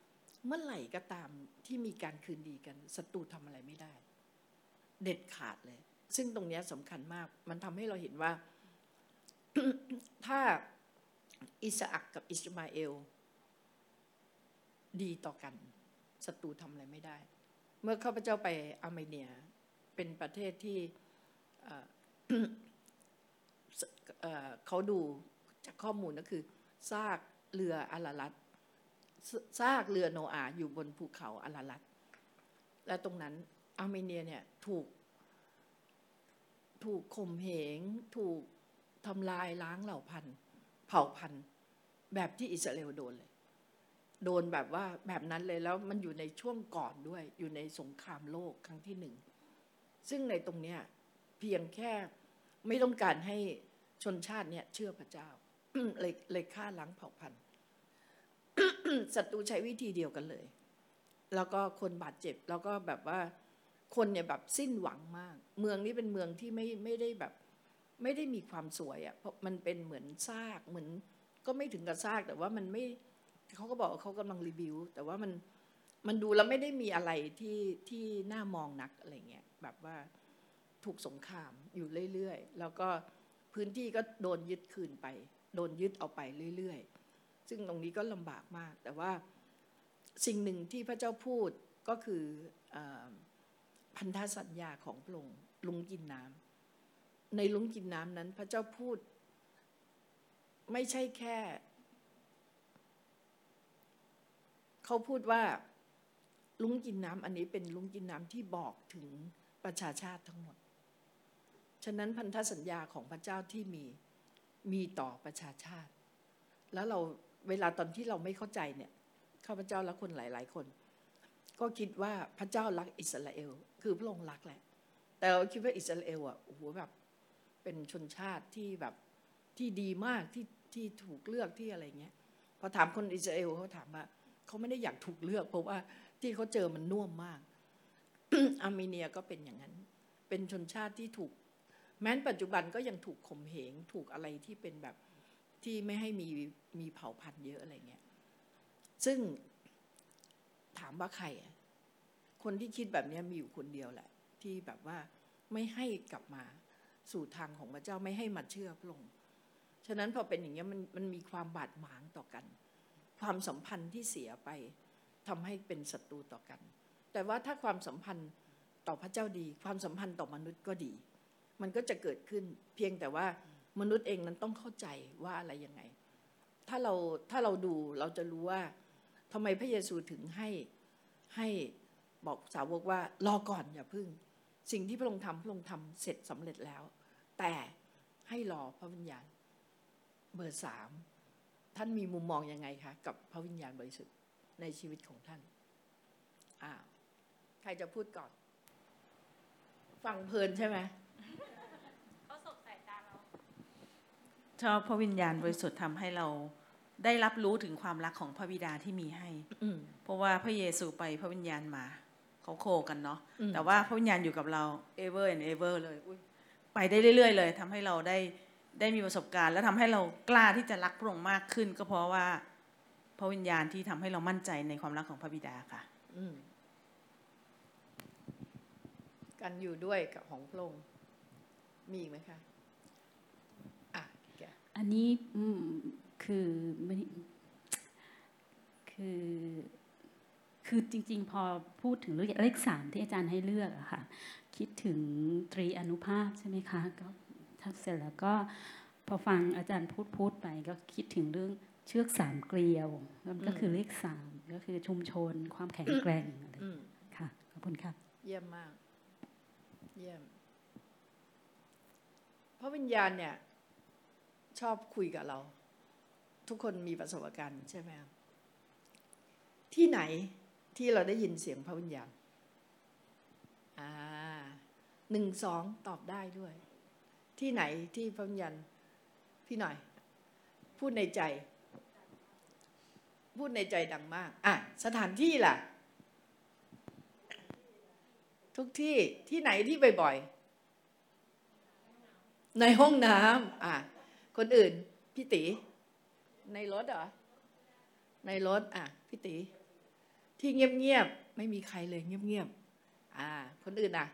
Speaker 1: เมื่อไหร่ก็ตามที่มีการคืนดีกันศัตรูทำอะไรไม่ได้เด็ดขาดเลยซึ่งตรงนี้สำคัญมากมันทำให้เราเห็นว่า ถ้าอิสอัคกับอิสมาเอลดีต่อกันศัตรูทำอะไรไม่ได้ เมื่อข้าพเจ้าไปอาร์เมเนียเป็นประเทศที่เขาดูจากข้อมูลก็คือซากเรืออารารัตซากเรือโนอาห์อยู่บนภูเขาอารารัตและตรงนั้นอาร์เมเนียเนี่ยถูกถูกข่มเหงถูกทำลายล้างเหล่าพันธุ์เผ่าพันธุ์แบบที่อิสราเอลโดนเลยโดนแบบว่าแบบนั้นเลยแล้วมันอยู่ในช่วงก่อนด้วยอยู่ในสงครามโลกครั้งที่หนึ่งซึ่งในตรงเนี้ยเพียงแค่ไม่ต้องการให้ชนชาติเนี่ยเชื่อพระเจ้า เลยเลยฆ่าล้างเผ่าพันธุ์ ศัตรูใช้วิธีเดียวกันเลยแล้วก็คนบาดเจ็บแล้วก็แบบว่าคนเนี่ยแบบสิ้นหวังมากเมืองนี้เป็นเมืองที่ไม่ไม่ได้แบบไม่ได้มีความสวยอ่ะเพราะมันเป็นเหมือนซากเหมือนก็ไม่ถึงกับซากแต่ว่ามันไม่เขาก็บอกเขากำลังรีวิวแต่ว่ามันมันดูแล้วไม่ได้มีอะไรที่ที่น่ามองนักอะไรเงี้ยแบบว่าถูกสงครามอยู่เรื่อยๆแล้วก็พื้นที่ก็โดนยึดคืนไปโดนยึดเอาไปเรื่อยๆซึ่งตรงนี้ก็ลำบากมากแต่ว่าสิ่งหนึ่งที่พระเจ้าพูดก็คือพันธสัญญาของพระองค์ลุงกินน้ำในลุงกินน้ำนั้นพระเจ้าพูดไม่ใช่แค่เขาพูดว่าลุงกินน้ำอันนี้เป็นลุงกินน้ำที่บอกถึงประชาชาติทั้งหมดฉะนั้นพันธสัญญาของพระเจ้าที่มีมีต่อประชาชาติแล้วเราเวลาตอนที่เราไม่เข้าใจเนี่ยข้าพเจ้าและคนหลายๆคนก็คิดว่าพระเจ้ารักอิสราเอลคือพระองค์รักแหละแต่เราคิดว่าอิสราเอลอ่ะโอ้โหแบบเป็นชนชาติที่แบบที่ดีมากที่ที่ถูกเลือกที่อะไรเงี้ยพอถามคนอิสราเอลเขาถามว่าเขาไม่ได้อยากถูกเลือกเพราะว่าที่เขาเจอมันน่วมมาก อาร์เมเนียก็เป็นอย่างนั้นเป็นชนชาติที่ถูกแม้นปัจจุบันก็ยังถูกข่มเหงถูกอะไรที่เป็นแบบที่ไม่ให้มีมีเผ่าพันธุ์เยอะอะไรเงี้ยซึ่งถามว่าใครคนที่คิดแบบนี้มีอยู่คนเดียวแหละที่แบบว่าไม่ให้กลับมาสู่ทางของพระเจ้าไม่ให้มาเชื่อพระองค์ฉะนั้นพอเป็นอย่างนี้มันมันมีความบาดหมางต่อกันความสัมพันธ์ที่เสียไปทำให้เป็นศัตรูต่อกันแต่ว่าถ้าความสัมพันธ์ต่อพระเจ้าดีความสัมพันธ์ต่อมนุษย์ก็ดีมันก็จะเกิดขึ้นเพียงแต่ว่ามนุษย์เองนั้นต้องเข้าใจว่าอะไรยังไงถ้าเราถ้าเราดูเราจะรู้ว่าทำไมพระเยซูถึงให้ให้บอกสาวกว่ารอก่อนอย่าพึ่งสิ่งที่พระองค์ทำพระองค์ทำเสร็จสำเร็จแล้วแต่ให้รอพระวิญญาณเบอร์สามท่านมีมุมมองยังไงคะกับพระวิญญาณบริสุทธิ์ในชีวิตของท่านอ้าวใครจะพูดก่อนฟังเพลินใช่ไหม
Speaker 2: เขาสบสายตาเรา
Speaker 3: ชอบพระวิญญาณบริสุทธิ์ทำให้เราได้รับรู้ถึงความรักของพระบิดาที่มีให้เพราะว่าพระเยซูไปพระวิญญาณมาเขาโคกันเนาะแต่ว่าพระวิญญาณอยู่กับเรา ever and ever เลยไปได้เรื่อยๆเลยทำให้เราได้ได้มีประสบการณ์และทำให้เรากล้าที่จะรักพระองค์มากขึ้นก็เพราะว่าพระวิญญาณที่ทำให้เรามั่นใจในความรักของพระบิดาค่ะ
Speaker 1: การอยู่ด้วยกับของพระองค์มีอีกไหมคะอ่ะแก
Speaker 8: อันนี้คือไม่คือคือจริงๆพอพูดถึงเลขสามที่อาจารย์ให้เลือกอะค่ะคิดถึงตรีอนุภาพใช่ไหมคะก็ทักเสร็จแล้วก็พอฟังอาจารย์พูดพูดไปก็คิดถึงเรื่องเชือกสามเกลียวก็คือเลขสามก็คือชุมชนความแข็งแกร่งอะไรค่ะขอบคุณค่ะ
Speaker 1: เยี่ยมมากเยี่ยมพระวิญญาณเนี่ยชอบคุยกับเราทุกคนมีประสบการณ์ใช่ไหมที่ไหนที่เราได้ยินเสียงพระวิญญาณอ่าหนึ่งสองตอบได้ด้วยที่ไหนที่พระวิญญาณพี่หน่อยพูดในใจพูดในใจดังมากอ่ะสถานที่ล่ะทุกที่ที่ไหนที่บ่อยๆในห้องน้ำอ่ะคนอื่นพี่ตีในรถเหรอในรถอ่ะพี่ตีที่เงียบๆไม่มีใครเลยเงียบๆอ่าคนอื่นอ่ะ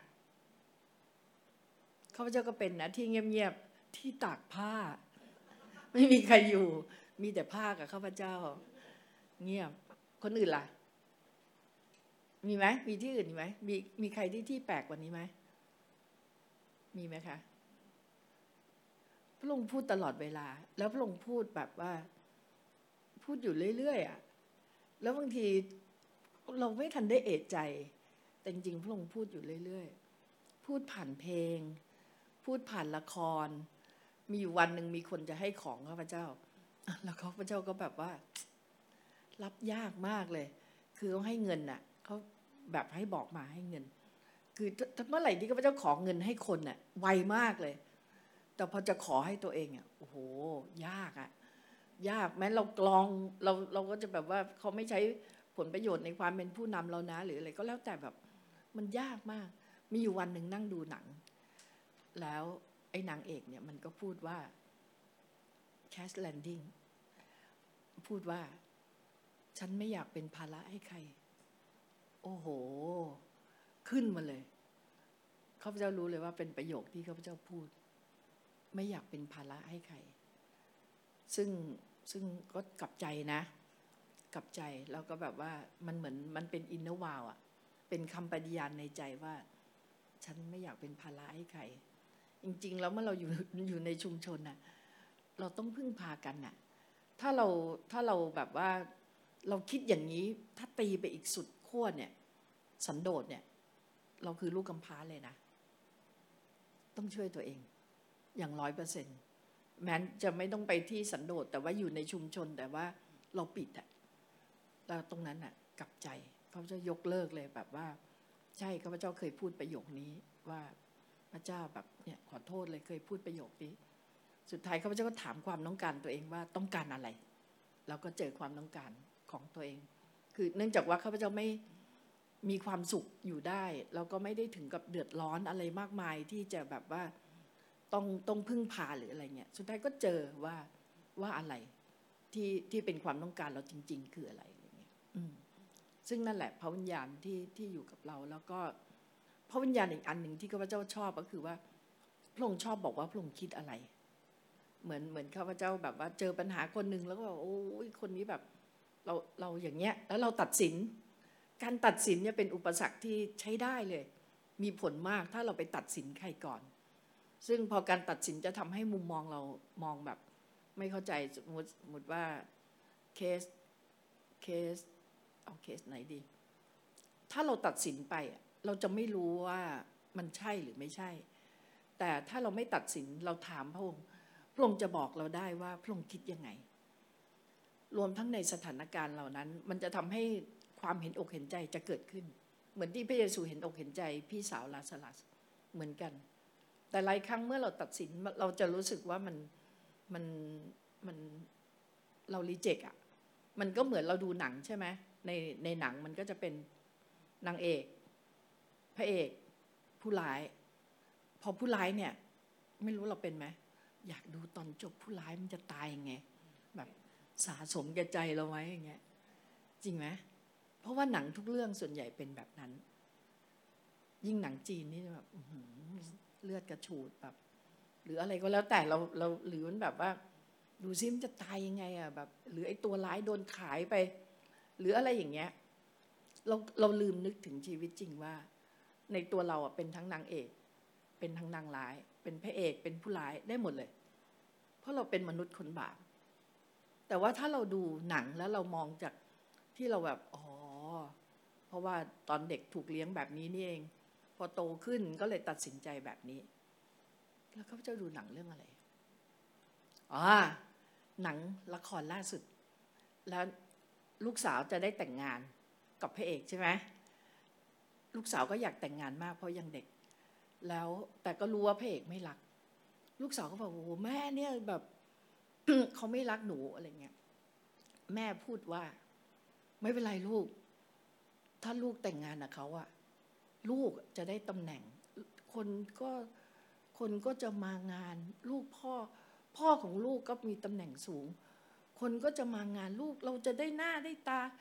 Speaker 1: ข้าพเจ้าก็เป็นนะที่เงียบๆที่ตากผ้าไม่มีใครอยู่มีแต่ผ้ากับข้าพเจ้าเงียบคนอื่นล่ะมีไหมมีที่อื่นไหมมีมีใครที่ที่แปลกกว่านี้ไหมมีไหมคะพระองค์พูดตลอดเวลาแล้วพระองค์พูดแบบว่าพูดอยู่เรื่อยๆอ่ะแล้วบางทีเราไม่ทันได้เอะใจแต่จริงๆพระองค์พูดอยู่เรื่อยๆพูดผ่านเพลงพูดผ่านละครมีอยู่วันหนึ่งมีคนจะให้ของข้าพเจ้าแล้วข้าพเจ้าก็แบบว่ารับยากมากเลยคือเขาให้เงินน่ะเขาแบบให้บอกมาให้เงินคือเมื่อไหร่ที่ข้าพเจ้าขอเงินให้คนน่ะไวมากเลยแต่พอจะขอให้ตัวเองอ่ะโอ้โหยากอ่ะยากแม้เรากลองเราเราก็จะแบบว่าเขาไม่ใช้ผลประโยชน์ในความเป็นผู้นำเรานะหรืออะไรก็แล้วแต่แบบมันยากมากมีอยู่วันหนึ่งนั่งดูหนังแล้วไอ้นางเอกเนี่ยมันก็พูดว่า Cash Landing พูดว่าฉันไม่อยากเป็นภาระให้ใครโอ้โหขึ้นมาเลยข้าพเจ้ารู้เลยว่าเป็นประโยคที่ข้าพเจ้าพูดไม่อยากเป็นภาระให้ใครซึ่งซึ่งก็กลับใจนะกลับใจแล้วก็แบบว่ามันเหมือนมันเป็นอินเนอร์วาวอ่ะเป็นคำปฏิญาณในใจว่าฉันไม่อยากเป็นภาระให้ใครจริงๆแล้วเมื่อเราอยู่อยู่ในชุมชนน่ะเราต้องพึ่งพากันน่ะถ้าเราถ้าเราแบบว่าเราคิดอย่างนี้ถ้าตีไปอีกสุดขั้วเนี่ยสันโดษเนี่ยเราคือลูกกำพร้าเลยนะต้องช่วยตัวเองอย่างร้อยเปอร์เซ็นต์แม้จะไม่ต้องไปที่สันโดษแต่ว่าอยู่ในชุมชนแต่ว่าเราปิดอะแล้วตรงนั้นอะกลับใจพระเจ้ายกเลิกเลยแบบว่าใช่ข้าพเจ้าเคยพูดประโยคนี้ว่าพระเจ้าแบบเนี่ยขอโทษเลยเคยพูดประโยคนี้สุดท้ายข้าพเจ้าก็ถามความต้องการตัวเองว่าต้องการอะไรแล้วก็เจอความต้องการของตัวเองคือเนื่องจากว่าข้าพเจ้าไม่มีความสุขอยู่ได้แล้วก็ไม่ได้ถึงกับเดือดร้อนอะไรมากมายที่จะแบบว่าต้องต้องพึ่งพาหรืออะไรเงี้ยสุดท้ายก็เจอว่าว่าอะไรที่ที่เป็นความต้องการเราจริงๆคืออะไรอะไรเงี้ยซึ่งนั่นแหละพระวิญญาณที่ที่อยู่กับเราแล้วก็พระวิญญาณอีกอันหนึ่งที่ข้าพเจ้าชอบก็คือว่าพระองค์ชอบบอกว่าพระองค์คิดอะไรเหมือนเหมือนข้าพเจ้าแบบว่าเจอปัญหาคนหนึ่งแล้วก็โอ้ยคนนี้แบบเราเราอย่างเงี้ยแล้วเราตัดสินการตัดสินเนี่ยเป็นอุปสรรคที่ใช้ได้เลยมีผลมากถ้าเราไปตัดสินใครก่อนซึ่งพอการตัดสินจะทำให้มุมมองเรามองแบบไม่เข้าใจสมมติสมมติว่าเคสเคสเอาเคสไหนดีถ้าเราตัดสินไปเราจะไม่รู้ว่ามันใช่หรือไม่ใช่แต่ถ้าเราไม่ตัดสินเราถามพระองค์พระองค์จะบอกเราได้ว่าพระองค์คิดยังไงรวมทั้งในสถานการณ์เหล่านั้นมันจะทำให้ความเห็นอกเห็นใจจะเกิดขึ้นเหมือนที่พระเยซูเห็นอกเห็นใจพี่สาวลาซารัสเหมือนกันแต่หลายครั้งเมื่อเราตัดสินเราจะรู้สึกว่ามันมันมันเรารีเจ็คอ่ะมันก็เหมือนเราดูหนังใช่ไหมในในหนังมันก็จะเป็นนางเอกพระเอกผู้ร้ายพอผู้ร้ายเนี่ยไม่รู้เราเป็นไหมอยากดูตอนจบผู้ร้ายมันจะตายยังไงแบบสะสมแก่ใจเราไว้อย่างเงี้ยจริงไหมเพราะว่าหนังทุกเรื่องส่วนใหญ่เป็นแบบนั้นยิ่งหนังจีนนี่แบบเลือดกระฉูดแบบหรืออะไรก็แล้วแต่เราเราหรือมันแบบว่าดูซิมันจะตายยังไงอ่ะแบบหรือไอ้ตัวร้ายโดนขายไปหรืออะไรอย่างเงี้ยเราเราลืมนึกถึงชีวิตจริงว่าในตัวเราอ่ะเป็นทั้งนางเอกเป็นทั้งนางร้ายเป็นพระเอกเป็นผู้ร้ายได้หมดเลยเพราะเราเป็นมนุษย์คนบาปแต่ว่าถ้าเราดูหนังแล้วเรามองจากที่เราแบบอ๋อเพราะว่าตอนเด็กถูกเลี้ยงแบบนี้นี่เองพอโตขึ้นก็เลยตัดสินใจแบบนี้แล้วเขาจะดูหนังเรื่องอะไรอ๋อหนังละครล่าสุดแล้วลูกสาวจะได้แต่งงานกับพระเอกใช่ไหมลูกสาวก็อยากแต่งงานมากเพราะยังเด็กแล้วแต่ก็รู้ว่าพระเอกไม่รักลูกสาวก็บอกโอ้แม่เนี่ยแบบ เขาไม่รักหนูอะไรเงี้ยแม่พูดว่าไม่เป็นไรลูกถ้าลูกแต่งงานกับเขาอะลูกจะได้ตำแหน่งคนก็คนก็จะมางานลูกพ่อพ่อของลูกก็มีตำแหน่งสูงคนก็จะมางานลูกเราจะได้หน้าได้ตา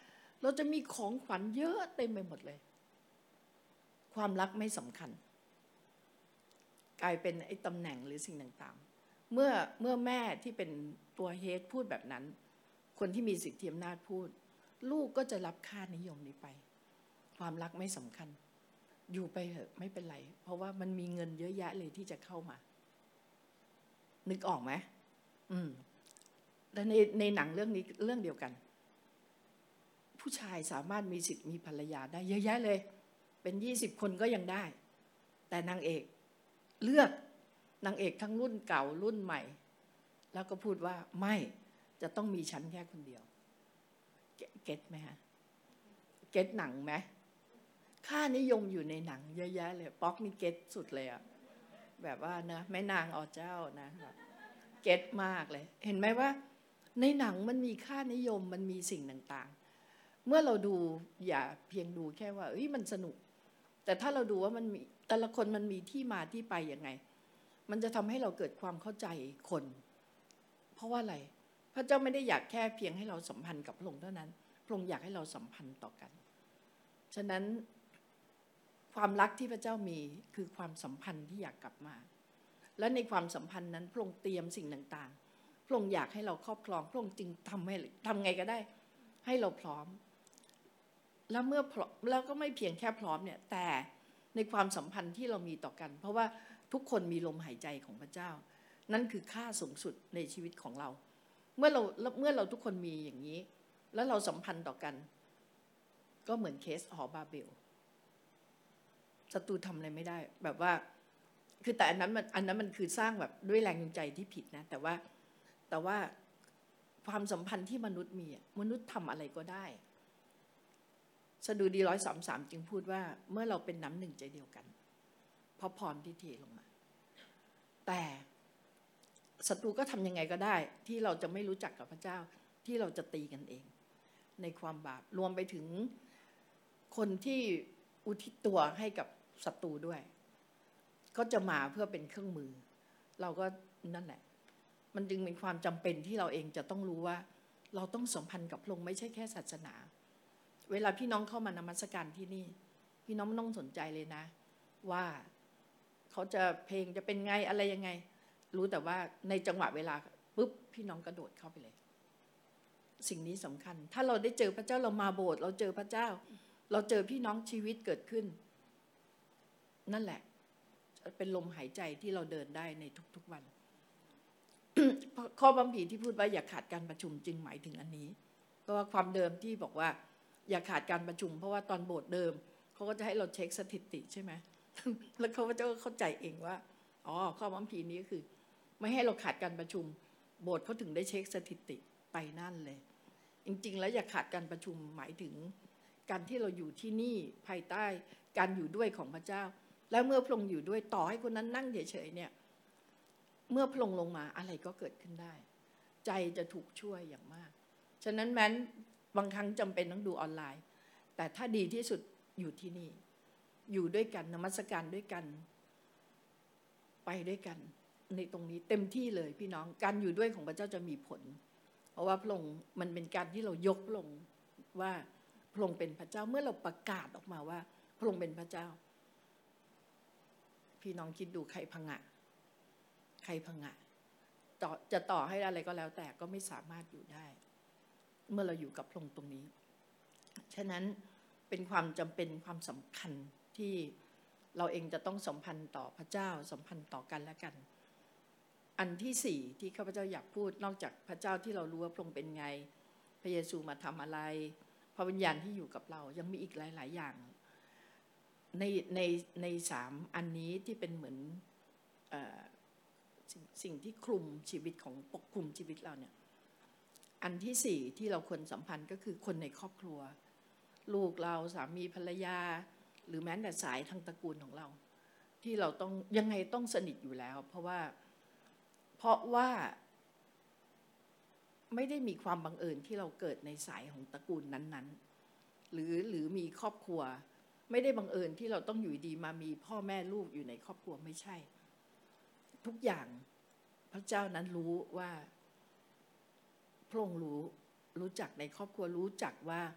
Speaker 1: เราจะมีของขวัญเยอะเต็มไปหมดเลยความรักไม่สำคัญกลายเป็นไอ้ตำแหน่งหรือสิ่งต่างๆเมื่อเมื่อแม่ที่เป็นตัวเฮดพูดแบบนั้นคนที่มีสิทธิอำนาจพูดลูกก็จะรับค่านิยมนี้ไปความรักไม่สำคัญอยู่ไปเถอะไม่เป็นไรเพราะว่ามันมีเงินเยอะแยะเลยที่จะเข้ามานึกออกไหมอืมและในในหนังเรื่องนี้เรื่องเดียวกันผู้ชายสามารถมีสิทธิ์มีภรรยาได้เยอะแยะเลยเป็นยี่สิบคนก็ยังได้แต่นางเอกเลือกนางเอกทั้งรุ่นเก่ารุ่นใหม่แล้วก็พูดว่าไม่จะต้องมีฉันแค่คนเดียวเก็ตไหมฮะเก็ตหนังไหมค่านิยมอยู่ในหนังเยอะแยะเลยป๊อกนี่เก็ตสุดเลยอะแบบว่านะแม่นางอเจ้านะแบบเก็ตมากเลยเห็นไหมว่าในหนังมันมีค่านิยมมันมีสิ่งต่างๆเมื่อเราดูอย่าเพียงดูแค่ว่าเฮ้ยมันสนุกแต่ถ้าเราดูว่ามันมีแต่ละคนมันมีที่มาที่ไปยังไงมันจะทำให้เราเกิดความเข้าใจคนเพราะว่าอะไรพระเจ้าไม่ได้อยากแค่เพียงให้เราสัมพันธ์กับพระองค์เท่านั้นพระองค์อยากให้เราสัมพันธ์ต่อกันฉะนั้นความรักที่พระเจ้ามีคือความสัมพันธ์ที่อยากกลับมาและในความสัมพันธ์นั้นพระองค์เตรียมสิ่งต่างๆพระองค์อยากให้เราครอบครองพระองค์จึงทำให้ทำไงก็ได้ให้เราพร้อมแล้วเมื่อแล้วก็ไม่เพียงแค่พร้อมเนี่ยแต่ในความสัมพันธ์ที่เรามีต่อกันเพราะว่าทุกคนมีลมหายใจของพระเจ้านั่นคือค่าสูงสุดในชีวิตของเราเมื่อเราเมื่อเราทุกคนมีอย่างนี้แล้วเราสัมพันธ์ต่อกันก็เหมือนเคสหอบาเบลศัตรูทำอะไรไม่ได้แบบว่าคือแต่อันนั้นมันอันนั้นมันคือสร้างแบบด้วยแรงจูงใจที่ผิดนะแต่ว่าแต่ว่าความสัมพันธ์ที่มนุษย์มีมนุษย์ทำอะไรก็ได้สดุดีร้อยสามสามจึงพูดว่าเมื่อเราเป็นน้ำหนึ่งใจเดียวกันเพราะพรที่เทลงมาแต่ศัตรูก็ทำยังไงก็ได้ที่เราจะไม่รู้จักกับพระเจ้าที่เราจะตีกันเองในความบาปรวมไปถึงคนที่อุทิศตัวให้กับศัตรูด้วยก็จะมาเพื่อเป็นเครื่องมือเราก็นั่นแหละมันจึงเป็นความจำเป็นที่เราเองจะต้องรู้ว่าเราต้องสัมพันธ์กับพระองค์ไม่ใช่แค่ศาสนาเวลาพี่น้องเข้ามานมัสการที่นี่พี่น้องไม่ต้องสนใจเลยนะว่าเขาจะเพลงจะเป็นไงอะไรยังไงรู้แต่ว่าในจังหวะเวลาปุ๊บพี่น้องกระโดดเข้าไปเลยสิ่งนี้สำคัญถ้าเราได้เจอพระเจ้าเรามาโบสถ์เราเจอพระเจ้าเราเจอพี่น้องชีวิตเกิดขึ้นนั่นแหละเป็นลมหายใจที่เราเดินได้ในทุกๆวัน ข้อบัมพีที่พูดว่าอย่าขาดการประชุมจึงหมายถึงอันนี้เพราะว่าความเดิมที่บอกว่าอย่าขาดการประชุมเพราะว่าตอนโบสถ์เดิมเขาก็จะให้เราเช็คสถิติใช่ไหม แล้วเขาก็จะเข้าใจเองว่าอ๋อข้อบัมพีนี้ก็คือไม่ให้เราขาดการประชุมโบสถ์เขาถึงได้เช็คสถิติไปนั่นเลยจริงๆแล้วอย่าขาดการประชุมหมายถึงการที่เราอยู่ที่นี่ภายใต้การอยู่ด้วยของพระเจ้าแล้วเมื่อพระองค์อยู่ด้วยต่อให้คนนั้นนั่งเฉยๆเนี่ยเมื่อพระองค์ลงมาอะไรก็เกิดขึ้นได้ใจจะถูกช่วยอย่างมากฉะนั้นแม้นบางครั้งจำเป็นต้องดูออนไลน์แต่ถ้าดีที่สุดอยู่ที่นี่อยู่ด้วยกันนมัสการด้วยกันไปด้วยกันในตรงนี้เต็มที่เลยพี่น้องการอยู่ด้วยของพระเจ้าจะมีผลเพราะว่าพระองค์มันเป็นการที่เรายกพระองค์ว่าพระองค์เป็นพระเจ้าเมื่อเราประกาศออกมาว่าพระองค์เป็นพระเจ้าพี่น้องคิดดูใครพังะใครพังะต่อจะต่อให้อะไรก็แล้วแต่ก็ไม่สามารถอยู่ได้เมื่อเราอยู่กับพระองค์ตรงนี้ฉะนั้นเป็นความจำเป็นความสำคัญที่เราเองจะต้องสัมพันธ์ต่อพระเจ้าสัมพันธ์ต่อกันและกันอันที่สี่ที่ข้าพเจ้าอยากพูดนอกจากพระเจ้าที่เรารู้ว่าพระองค์เป็นไงพระเยซูมาทำอะไรพระวิญญาณที่อยู่กับเรายังมีอีกหลายๆอย่างในในในสามอันนี้ที่เป็นเหมือนเอ่อสิ่งสิ่งที่คลุมชีวิตของปกคลุมชีวิตเราเนี่ยอันที่สี่ที่เราควรสัมพันธ์ก็คือคนในครอบครัวลูกเราสามีภรรยาหรือแม้แต่สายทางตระกูลของเราที่เราต้องยังไงต้องสนิทอยู่แล้วเพราะว่าเพราะว่าไม่ได้มีความบังเอิญที่เราเกิดในสายของตระกูลนั้นๆหรือหรือมีครอบครัวไม่ได้บังเอิญที่เราต้องอยู่ดีมามีพ่อแม่ลูกอยู่ในครอบครัวไม่ใช่ทุกอย่างพระเจ้านั้นรู้ว่าพระองค์รู้รู้จักในครอบครัวรู้จักว่า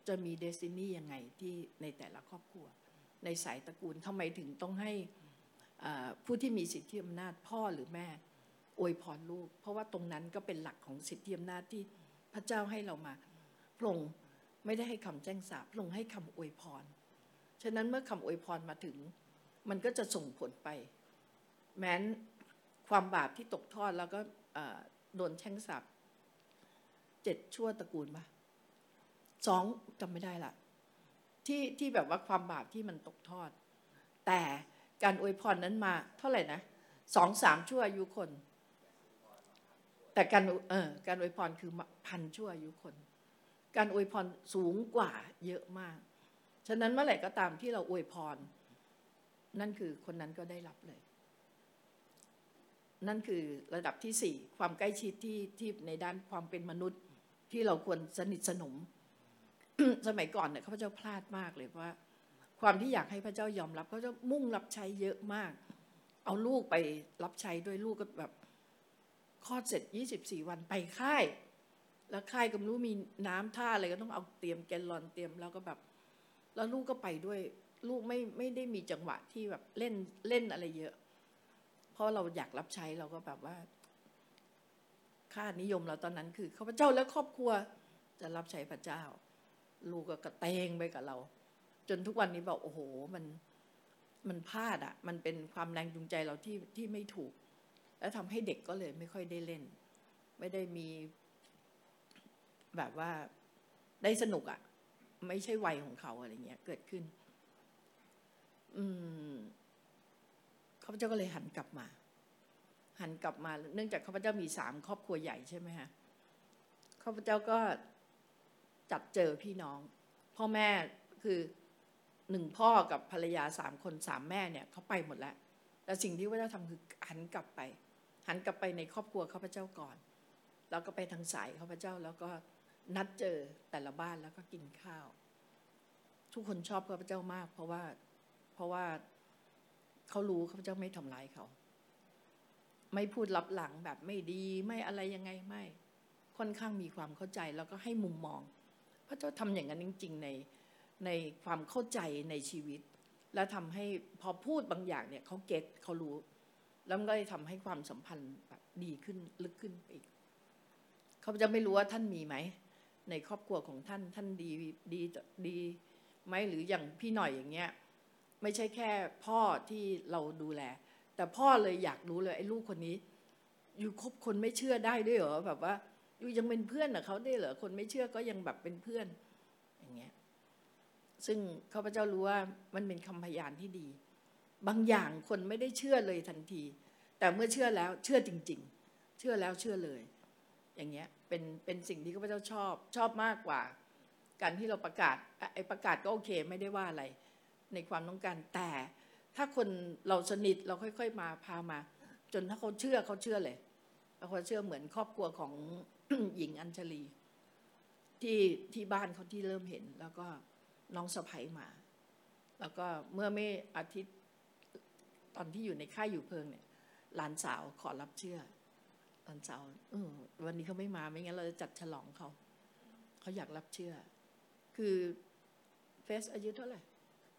Speaker 1: จะมีเดสตินียังไงที่ในแต่ละครอบครัวในสายตระกูลทำไมถึงต้องให้ผู้ที่มีสิทธิอำนาจพ่อหรือแม่อวยพรลูกเพราะว่าตรงนั้นก็เป็นหลักของสิทธิอำนาจที่พระเจ้าให้เรามาพระองค์ไม่ได้ให้คำแจ้งสาปพระองค์ให้คำอวยพรฉะนั้นเมื่อคำอวยพรมาถึงมันก็จะส่งผลไปแม้นความบาปที่ตกทอดแล้วก็โดนแช่งสาปเจ็ดชั่วตระกูลปะสองจำไม่ได้ละที่ที่แบบว่าความบาปที่มันตกทอดแต่การอวยพรนั้นมาเท่าไหร่นะสองสามชั่วอายุคนแต่การเออการอวยพรคือพันชั่วอายุคนการอวยพรสูงกว่าเยอะมากฉะนั้นเมื่อไหร่ก็ตามที่เราอวยพรนั่นคือคนนั้นก็ได้รับเลยนั่นคือระดับที่สี่ความใกล้ชิดที่ที่ในด้านความเป็นมนุษย์ที่เราควรสนิทสนม สมัยก่อนเนี่ยข้าพเจ้าพลาดมากเลยเพราะว่าความที่อยากให้พระเจ้ายอมรับเขาจะมุ่งรับใช้เยอะมากเอาลูกไปรับใช้ด้วยลูกก็แบบคลอดเสร็จยี่สิบสี่วันไปค่ายแล้วค่ายก็ไม่รู้มีน้ำท่าอะไรก็ต้องเอาเตรียมแกลลอนเตรียมแล้วก็แบบแล้วลูกก็ไปด้วยลูกไม่ไม่ได้มีจังหวะที่แบบเล่นเล่นอะไรเยอะเพราะเราอยากรับใช้เราก็แบบว่าค่านิยมเราตอนนั้นคือข้าพเจ้าและครอบครัวจะรับใช้พระเจ้าลูกก็กระเตงไปกับเราจนทุกวันนี้บอกโอ้โหมันมันพลาดอ่ะมันเป็นความแรงจูงใจเราที่ที่ไม่ถูกแล้วทำให้เด็กก็เลยไม่ค่อยได้เล่นไม่ได้มีแบบว่าได้สนุกอ่ะไม่ใช่วัยของเขาอะไรเงี้ยเกิดขึ้นอืมข้าพเจ้าก็เลยหันกลับมาหันกลับมาเนื่องจากข้าพเจ้ามีสามครอบครัวใหญ่ใช่ไหมฮะข้าพเจ้าก็จัดเจอพี่น้องพ่อแม่คือหนึ่งพ่อกับภรรยาสามคนสามแม่เนี่ยเขาไปหมดแล้วแต่สิ่งที่ข้าพเจ้าทำคือหันกลับไปหันกลับไปในครอบครัวข้าพเจ้าก่อนแล้วก็ไปทางสายข้าพเจ้าแล้วก็นัดเจอแต่ละบ้านแล้วก็กินข้าวทุกคนชอบข้าพเจ้ามากเพราะว่าเพราะว่าเขารู้ข้าพเจ้าไม่ทำร้ายเขาไม่พูดลับหลังแบบไม่ดีไม่อะไรยังไงไม่ค่อนข้างมีความเข้าใจแล้วก็ให้มุมมองพระเจ้าทำอย่างนั้นจริงๆในในความเข้าใจในชีวิตและทำให้พอพูดบางอย่างเนี่ยเขาเก็ตเขารู้แล้วมันก็เลยทำให้ความสัมพันธ์แบบดีขึ้นลึกขึ้นไปอีกเขาจะไม่รู้ว่าท่านมีไหมในครอบครัวของท่านท่านดีดีดีไหมหรืออย่างพี่หน่อยอย่างเงี้ยไม่ใช่แค่พ่อที่เราดูแลแต่พ่อเลยอยากรู้เลยไอ้ลูกคนนี้อยู่คบคนไม่เชื่อได้ด้วยเหรอแบบว่าอยู่ยังเป็นเพื่อนกับเขาได้เหรอคนไม่เชื่อก็ยังแบบเป็นเพื่อนอย่างเงี้ยซึ่งข้าพเจ้ารู้ว่ามันเป็นคำพยานที่ดีบางอย่างคนไม่ได้เชื่อเลยทันทีแต่เมื่อเชื่อแล้วเชื่อจริงๆเชื่อแล้วเชื่อเลยอย่างเงี้ยเป็นเป็นสิ่งที่ข้าพเจ้าชอบชอบมากกว่าการที่เราประกาศไอ้ประกาศก็โอเคไม่ได้ว่าอะไรในความต้องการแต่ถ้าคนเราสนิทเราค่อยๆมาพามาจนถ้าเขาเชื่อเขาเชื่อเลยแล้วเขาเชื่อเหมือนครอบครัวของ หญิงอัญชลีที่ที่บ้านเขาที่เริ่มเห็นแล้วก็น้องสะใภ้มาแล้วก็เมื่อไม่อาทิตย์ตอนที่อยู่ในค่ายอยู่เพิงเนี่ยหลานสาวขอรับเชื่อหลานสาวเออวันนี้เขาไม่มาไม่งั้นเราจะจัดฉลองเขาเขาอยากรับเชื่อคือเฟสอายุเท่าไหร่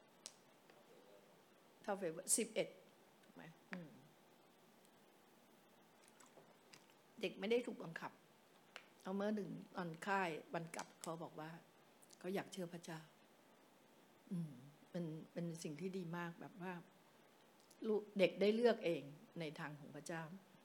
Speaker 1: เท่าเฟสสิบเอ็ดถูกไหมเด็กไม่ได้ถูกบังคับเอาเมื่อหนึ่งตอนค่ายบรรกับเขาบอกว่าเขาอยากเชื่อพระเจ้าอืมเป็นเป็นสิ่งที่ดีมากแบบว่าลูกเด็กได้เลือกเองในทางของพระเจ้า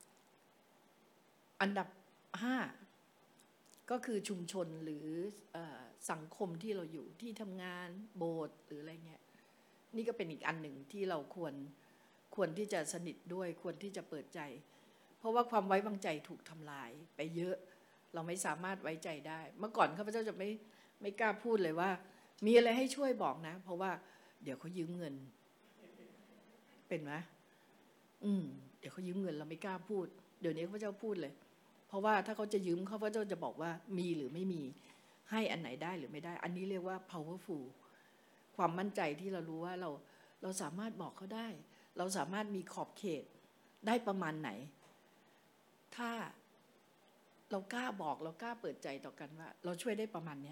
Speaker 1: อันดับห้าก็คือชุมชนหรือสังคมที่เราอยู่ที่ทำงานโบสถ์หรืออะไรเงี้ยนี่ก็เป็นอีกอันหนึ่งที่เราควรควรที่จะสนิทด้วยควรที่จะเปิดใจเพราะว่าความไว้วางใจถูกทำลายไปเยอะเราไม่สามารถไว้ใจได้เมื่อก่อนข้าพเจ้าจะไม่ไม่กล้าพูดเลยว่ามีอะไรให้ช่วยบอกนะเพราะว่าเดี๋ยวเขายืมเงินเป็นไหมอืมเดี๋ยวเขายืมเงินเราไม่กล้าพูดเดี๋ยวนี้ข้าพเจ้าพูดเลยเพราะว่าถ้าเขาจะยืมข้าพเจ้าจะบอกว่ามีหรือไม่มีให้อันไหนได้หรือไม่ได้อันนี้เรียกว่า powerful ความมั่นใจที่เรารู้ว่าเราเราสามารถบอกเขาได้เราสามารถมีขอบเขตได้ประมาณไหนถ้าเรากล้าบอกเรากล้าเปิดใจต่อกันว่าเราช่วยได้ประมาณเนี้ย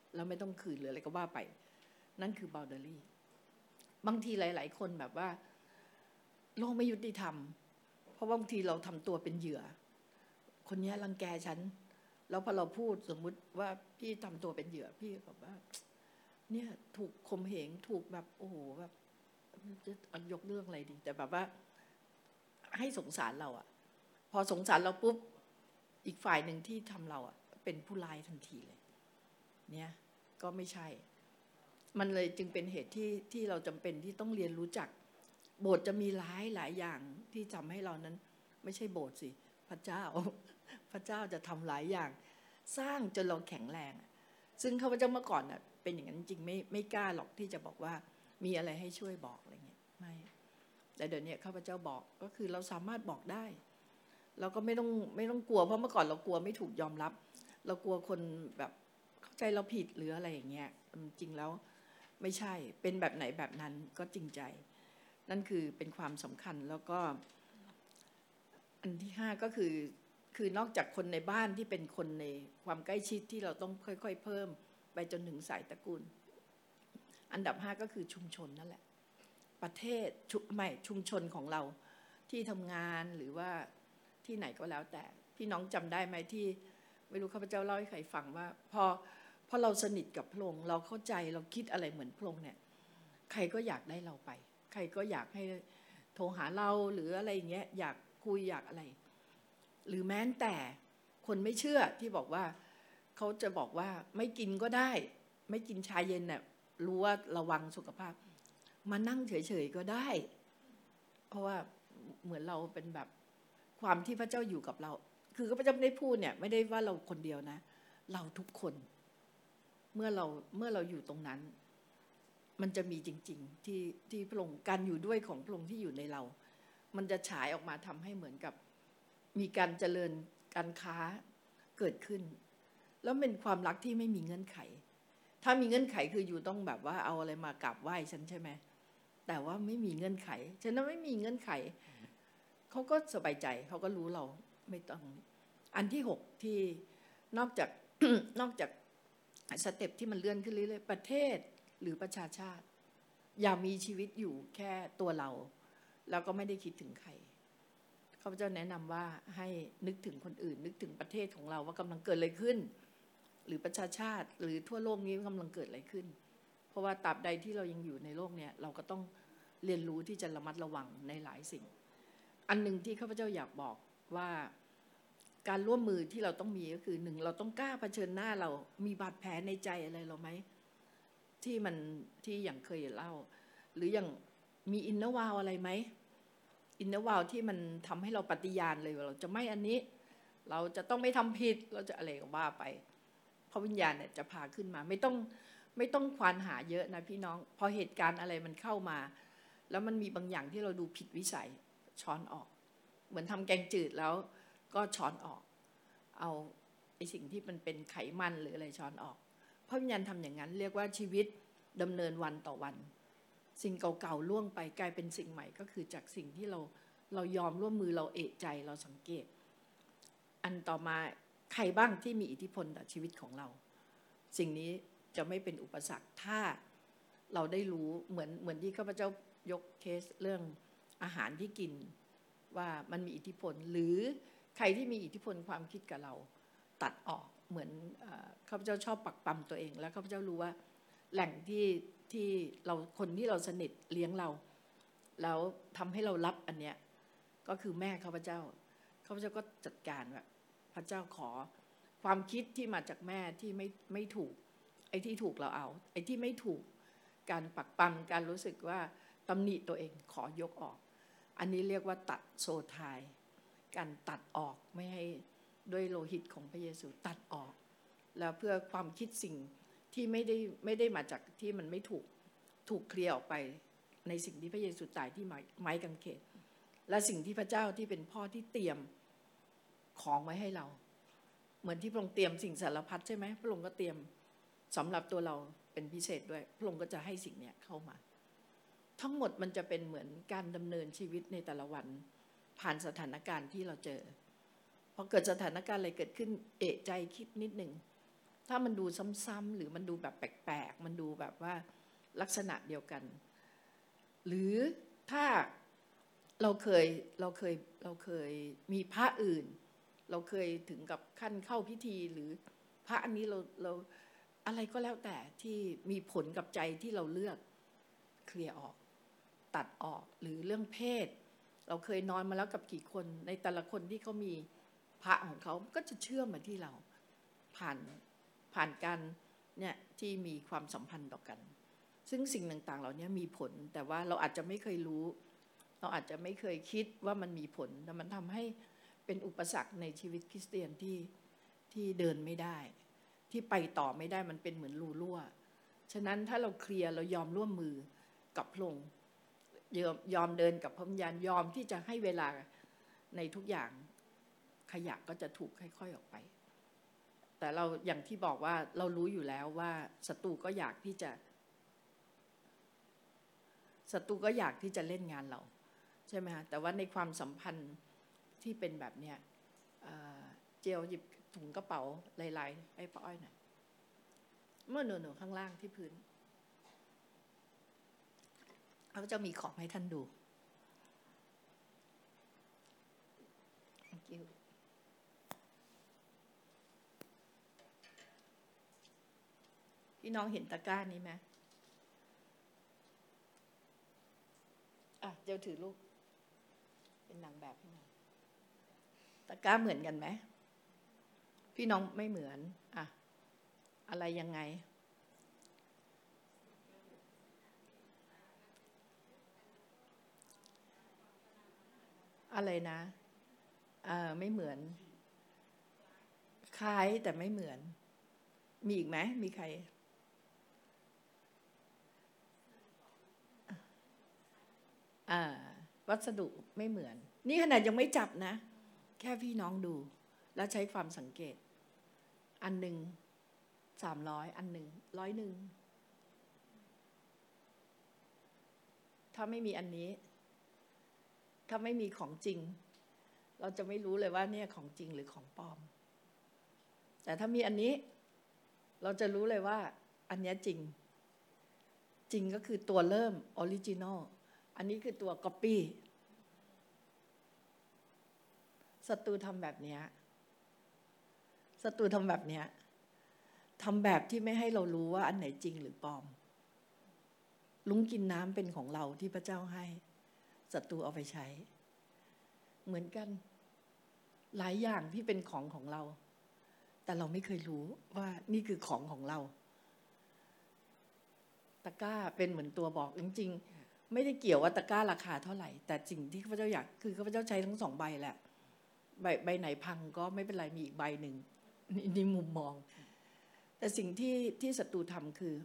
Speaker 1: แล้วไม่ต้องคืนหรืออะไรก็ว่าไปนั่นคือ boundary บางทีหลายๆคนแบบว่าโลกไม่ยุติธรรมเพราะบางทีเราทำตัวเป็นเหยื่อคนนี้รังแกฉันแล้วพอเราพูดสมมุติว่าพี่ทำตัวเป็นเหยื่อพี่แบบว่าเนี่ยถูกข่มเหงถูกแบบโอ้โหแบบจะยกเรื่องอะไรดีแต่แบบว่าให้สงสารเราอะพอสงสารเราปุ๊บอีกฝ่ายหนึ่งที่ทำเราอะเป็นผู้ร้ายทันทีเลยเนี่ยก็ไม่ใช่มันเลยจึงเป็นเหตุที่ที่เราจำเป็นที่ต้องเรียนรู้จักโบสถ์จะมีหลายหลายอย่างที่ทำให้เรานั้นไม่ใช่โบสถ์สิพระเจ้าพระเจ้าจะทำหลายอย่างสร้างจนเราแข็งแรงซึ่งข้าพเจ้าเมื่อก่อนน่ะเป็นอย่างนั้นจริงไม่ไม่กล้าหรอกที่จะบอกว่ามีอะไรให้ช่วยบอกอะไรเงี้ยไม่แต่เดี๋ยวนี้ข้าพเจ้าบอกก็คือเราสามารถบอกได้เราก็ไม่ต้องไม่ต้องกลัวเพราะเมื่อก่อนเรากลัวไม่ถูกยอมรับเรากลัวคนแบบเข้าใจเราผิดหรืออะไรอย่างเงี้ยจริงแล้วไม่ใช่เป็นแบบไหนแบบนั้นก็จริงใจนั่นคือเป็นความสำคัญแล้วก็อันที่ห้าก็คือคือนอกจากคนในบ้านที่เป็นคนในความใกล้ชิดที่เราต้องค่อยๆเพิ่มไปจนถึงสายตระกูลอันดับห้าก็คือชุมชนนั่นแหละประเทศไม่ชุมชนของเราที่ทำงานหรือว่าที่ไหนก็แล้วแต่พี่น้องจำได้ไหมที่ไม่รู้ข้าพเจ้าเล่าให้ใครฟังว่าพอพอเราสนิทกับพระองค์เราเข้าใจเราคิดอะไรเหมือนพระองค์เนี่ยใครก็อยากได้เราไปใครก็อยากให้โทรหาเราหรืออะไรอย่างเงี้ยอยากคุยอยากอะไรหรือแม้แต่คนไม่เชื่อที่บอกว่าเขาจะบอกว่าไม่กินก็ได้ไม่กินชาเย็นเนี่ยรู้ว่าระวังสุขภาพมานั่งเฉยๆก็ได้เพราะว่าเหมือนเราเป็นแบบความที่พระเจ้าอยู่กับเราคือพระเจ้าไม่ได้พูดเนี่ยไม่ได้ว่าเราคนเดียวนะเราทุกคนเมื่อเราเมื่อเราอยู่ตรงนั้นมันจะมีจริงๆที่ที่พระองค์การอยู่ด้วยของพระองค์ที่อยู่ในเรามันจะฉายออกมาทำให้เหมือนกับมีการเจริญการค้าเกิดขึ้นแล้วเป็นความรักที่ไม่มีเงื่อนไขถ้ามีเงื่อนไขคืออยู่ต้องแบบว่าเอาอะไรมากราบไหว้ฉันใช่ไหมแต่ว่าไม่มีเงื่อนไขฉะนั้นไม่มีเงื่อนไขเขาก็สบายใจเขาก็รู้เราไม่ต้องอันที่หกที่นอกจาก นอกจากสเต็ปที่มันเลื่อนขึ้นเรื่อยๆประเทศหรือประชาชาติอย่ามีชีวิตอยู่แค่ตัวเราแล้วก็ไม่ได้คิดถึงใครข้าพเจ้าแนะนำว่าให้นึกถึงคนอื่นนึกถึงประเทศของเราว่ากำลังเกิดอะไรขึ้นหรือประชาชาติหรือทั่วโลกนี้กำลังเกิดอะไรขึ้นเพราะว่าตราบใดที่เรายังอยู่ในโลกนี้เราก็ต้องเรียนรู้ที่จะระมัดระวังในหลายสิ่งอันหนึ่งที่ข้าพเจ้าอยากบอกว่าการร่วมมือที่เราต้องมีก็คือหนึ่งเราต้องกล้าเผชิญหน้าเรามีบาดแผลในใจอะไรเราไหมที่มันที่อย่างเคยเล่าหรืออย่างมีอินเนอร์วาวอะไรไหมอินเนอร์วาวที่มันทำให้เราปฏิญาณเลยว่าเราจะไม่อันนี้เราจะต้องไม่ทำผิดเราจะอะไรก็ว่าไปพระวิญญาณเนี่ยจะพาขึ้นมาไม่ต้องไม่ต้องควานหาเยอะนะพี่น้องพอเหตุการณ์อะไรมันเข้ามาแล้วมันมีบางอย่างที่เราดูผิดวิสัยช้อนออกเหมือนทำแกงจืดแล้วก็ช้อนออกเอาไอ้สิ่งที่มันเป็นไขมันหรืออะไรช้อนออกพระวิญญาณทำอย่างนั้นเรียกว่าชีวิตดำเนินวันต่อวันสิ่งเก่าๆล่วงไปกลายเป็นสิ่งใหม่ก็คือจากสิ่งที่เราเรายอมร่วมมือเราเอะใจเราสังเกตอันต่อมาใครบ้างที่มีอิทธิพลต่อชีวิตของเราสิ่งนี้จะไม่เป็นอุปสรรคถ้าเราได้รู้เหมือนเหมือนที่ข้าพเจ้ายกเคสเรื่องอาหารที่กินว่ามันมีอิทธิพลหรือใครที่มีอิทธิพลความคิดกับเราตัดออกเหมือนข้าพเจ้าชอบปักปั๊มตัวเองแล้วข้าพเจ้ารู้ว่าแหล่งที่ที่เราคนที่เราสนิทเลี้ยงเราแล้วทำให้เรารับอันเนี้ยก็คือแม่ข้าพเจ้าข้าพเจ้าก็จัดการแบบพระเจ้าขอความคิดที่มาจากแม่ที่ไม่ไม่ถูกไอ้ที่ถูกเราเอาไอ้ที่ไม่ถูกการปักปั๊มการรู้สึกว่าตำหนิตัวเองขอยกออกอันนี้เรียกว่าตัดโซทายการตัดออกไม่ให้ด้วยโลหิตของพระเยซูตัดออกแล้วเพื่อความคิดสิ่งที่ไม่ได้ไม่ได้มาจากที่มันไม่ถูกถูกเคลียร์ออกไปในสิ่งที่พระเยซูตายที่ไม้กางเขนและสิ่งที่พระเจ้าที่เป็นพ่อที่เตรียมของไว้ให้เราเหมือนที่พระองค์เตรียมสิ่งสารพัดใช่ไหมพระองค์ก็เตรียมสำหรับตัวเราเป็นพิเศษด้วยพระองค์ก็จะให้สิ่งนี้เข้ามาทั้งหมดมันจะเป็นเหมือนการดำเนินชีวิตในแต่ละวันผ่านสถานการณ์ที่เราเจอพอเกิดสถานการณ์อะไรเกิดขึ้นเอะใจคิดนิดหนึ่งถ้ามันดูซ้ำๆหรือมันดูแบบแปลกๆมันดูแบบว่าลักษณะเดียวกันหรือถ้าเราเคยเราเคยเราเคยมีพระอื่นเราเคยถึงกับขั้นเข้าพิธีหรือพระอันนี้เราเราอะไรก็แล้วแต่ที่มีผลกับใจที่เราเลือกเคลียร์ออกตัดออกหรือเรื่องเพศเราเคยนอนมาแล้วกับกี่คนในแต่ละคนที่เขามีพระของเขาก็จะเชื่อมมาที่เราผ่านผ่านการเนี่ยที่มีความสัมพันธ์ต่อกันซึ่งสิ่งต่างๆเหล่านี้มีผลแต่ว่าเราอาจจะไม่เคยรู้เราอาจจะไม่เคยคิดว่ามันมีผลแต่มันทำให้เป็นอุปสรรคในชีวิตคริสเตียนที่ที่เดินไม่ได้ที่ไปต่อไม่ได้มันเป็นเหมือนรูรั่วฉะนั้นถ้าเราเคลียร์เรายอมร่วมมือกับพระองค์ยอมยอมเดินกับพระวิญญาณยอมที่จะให้เวลาในทุกอย่างขยะก็จะถูกค่อยๆออกไปแต่เราอย่างที่บอกว่าเรารู้อยู่แล้วว่าศัตรูก็อยากที่จะศัตรูก็อยากที่จะเล่นงานเราใช่ไหมฮะแต่ว่าในความสัมพันธ์ที่เป็นแบบเนี้ยเจลหยิบถุงกระเป๋าลายๆให้ป้าอ้อยหน่อยเมื่อหนูๆข้างล่างที่พื้นเขาจะมีของให้ท่านดู Thank you พี่น้องเห็นตะกร้านี้ไหมอ่ะเดี๋ยวถือลูกเป็นนางแบบพี่น้องตะกร้าเหมือนกันไหมพี่น้องไม่เหมือนอ่ะอะไรยังไงอะไรนะเออไม่เหมือนคล้ายแต่ไม่เหมือนมีอีกไหมมีใครอ่าวัสดุไม่เหมือนนี่ขนาดยังไม่จับนะแค่พี่น้องดูแล้วใช้ความสังเกตอันหนึ่งสามร้อยอันหนึ่งร้อยหนึ่งถ้าไม่มีอันนี้ถ้าไม่มีของจริงเราจะไม่รู้เลยว่าเนี่ยของจริงหรือของปลอมแต่ถ้ามีอันนี้เราจะรู้เลยว่าอันนี้จริงจริงก็คือตัวเริ่มออริจินอลอันนี้คือตัวก๊อปปี้ศัตรูทำแบบนี้ศัตรูทำแบบนี้ทำแบบที่ไม่ให้เรารู้ว่าอันไหนจริงหรือปลอมลุงกินน้ำเป็นของเราที่พระเจ้าให้ศัตรูเอาไปใช้เหมือนกันหลายอย่างที่เป็นของของเราแต่เราไม่เคยรู้ว่านี่คือของของเราตะกร้าเป็นเหมือนตัวบอกจริงๆไม่ได้เกี่ยวว่าตะกร้าราคาเท่าไหร่แต่สิ่งที่ข้าพเจ้าอยากคือข้าพเจ้าใช้ทั้งสองใบแหละใบใบไหนพังก็ไม่เป็นไรมีอีกใบหนึ่งนี่มุมมองแต่สิ่งที่ที่ศัตรูทำคือ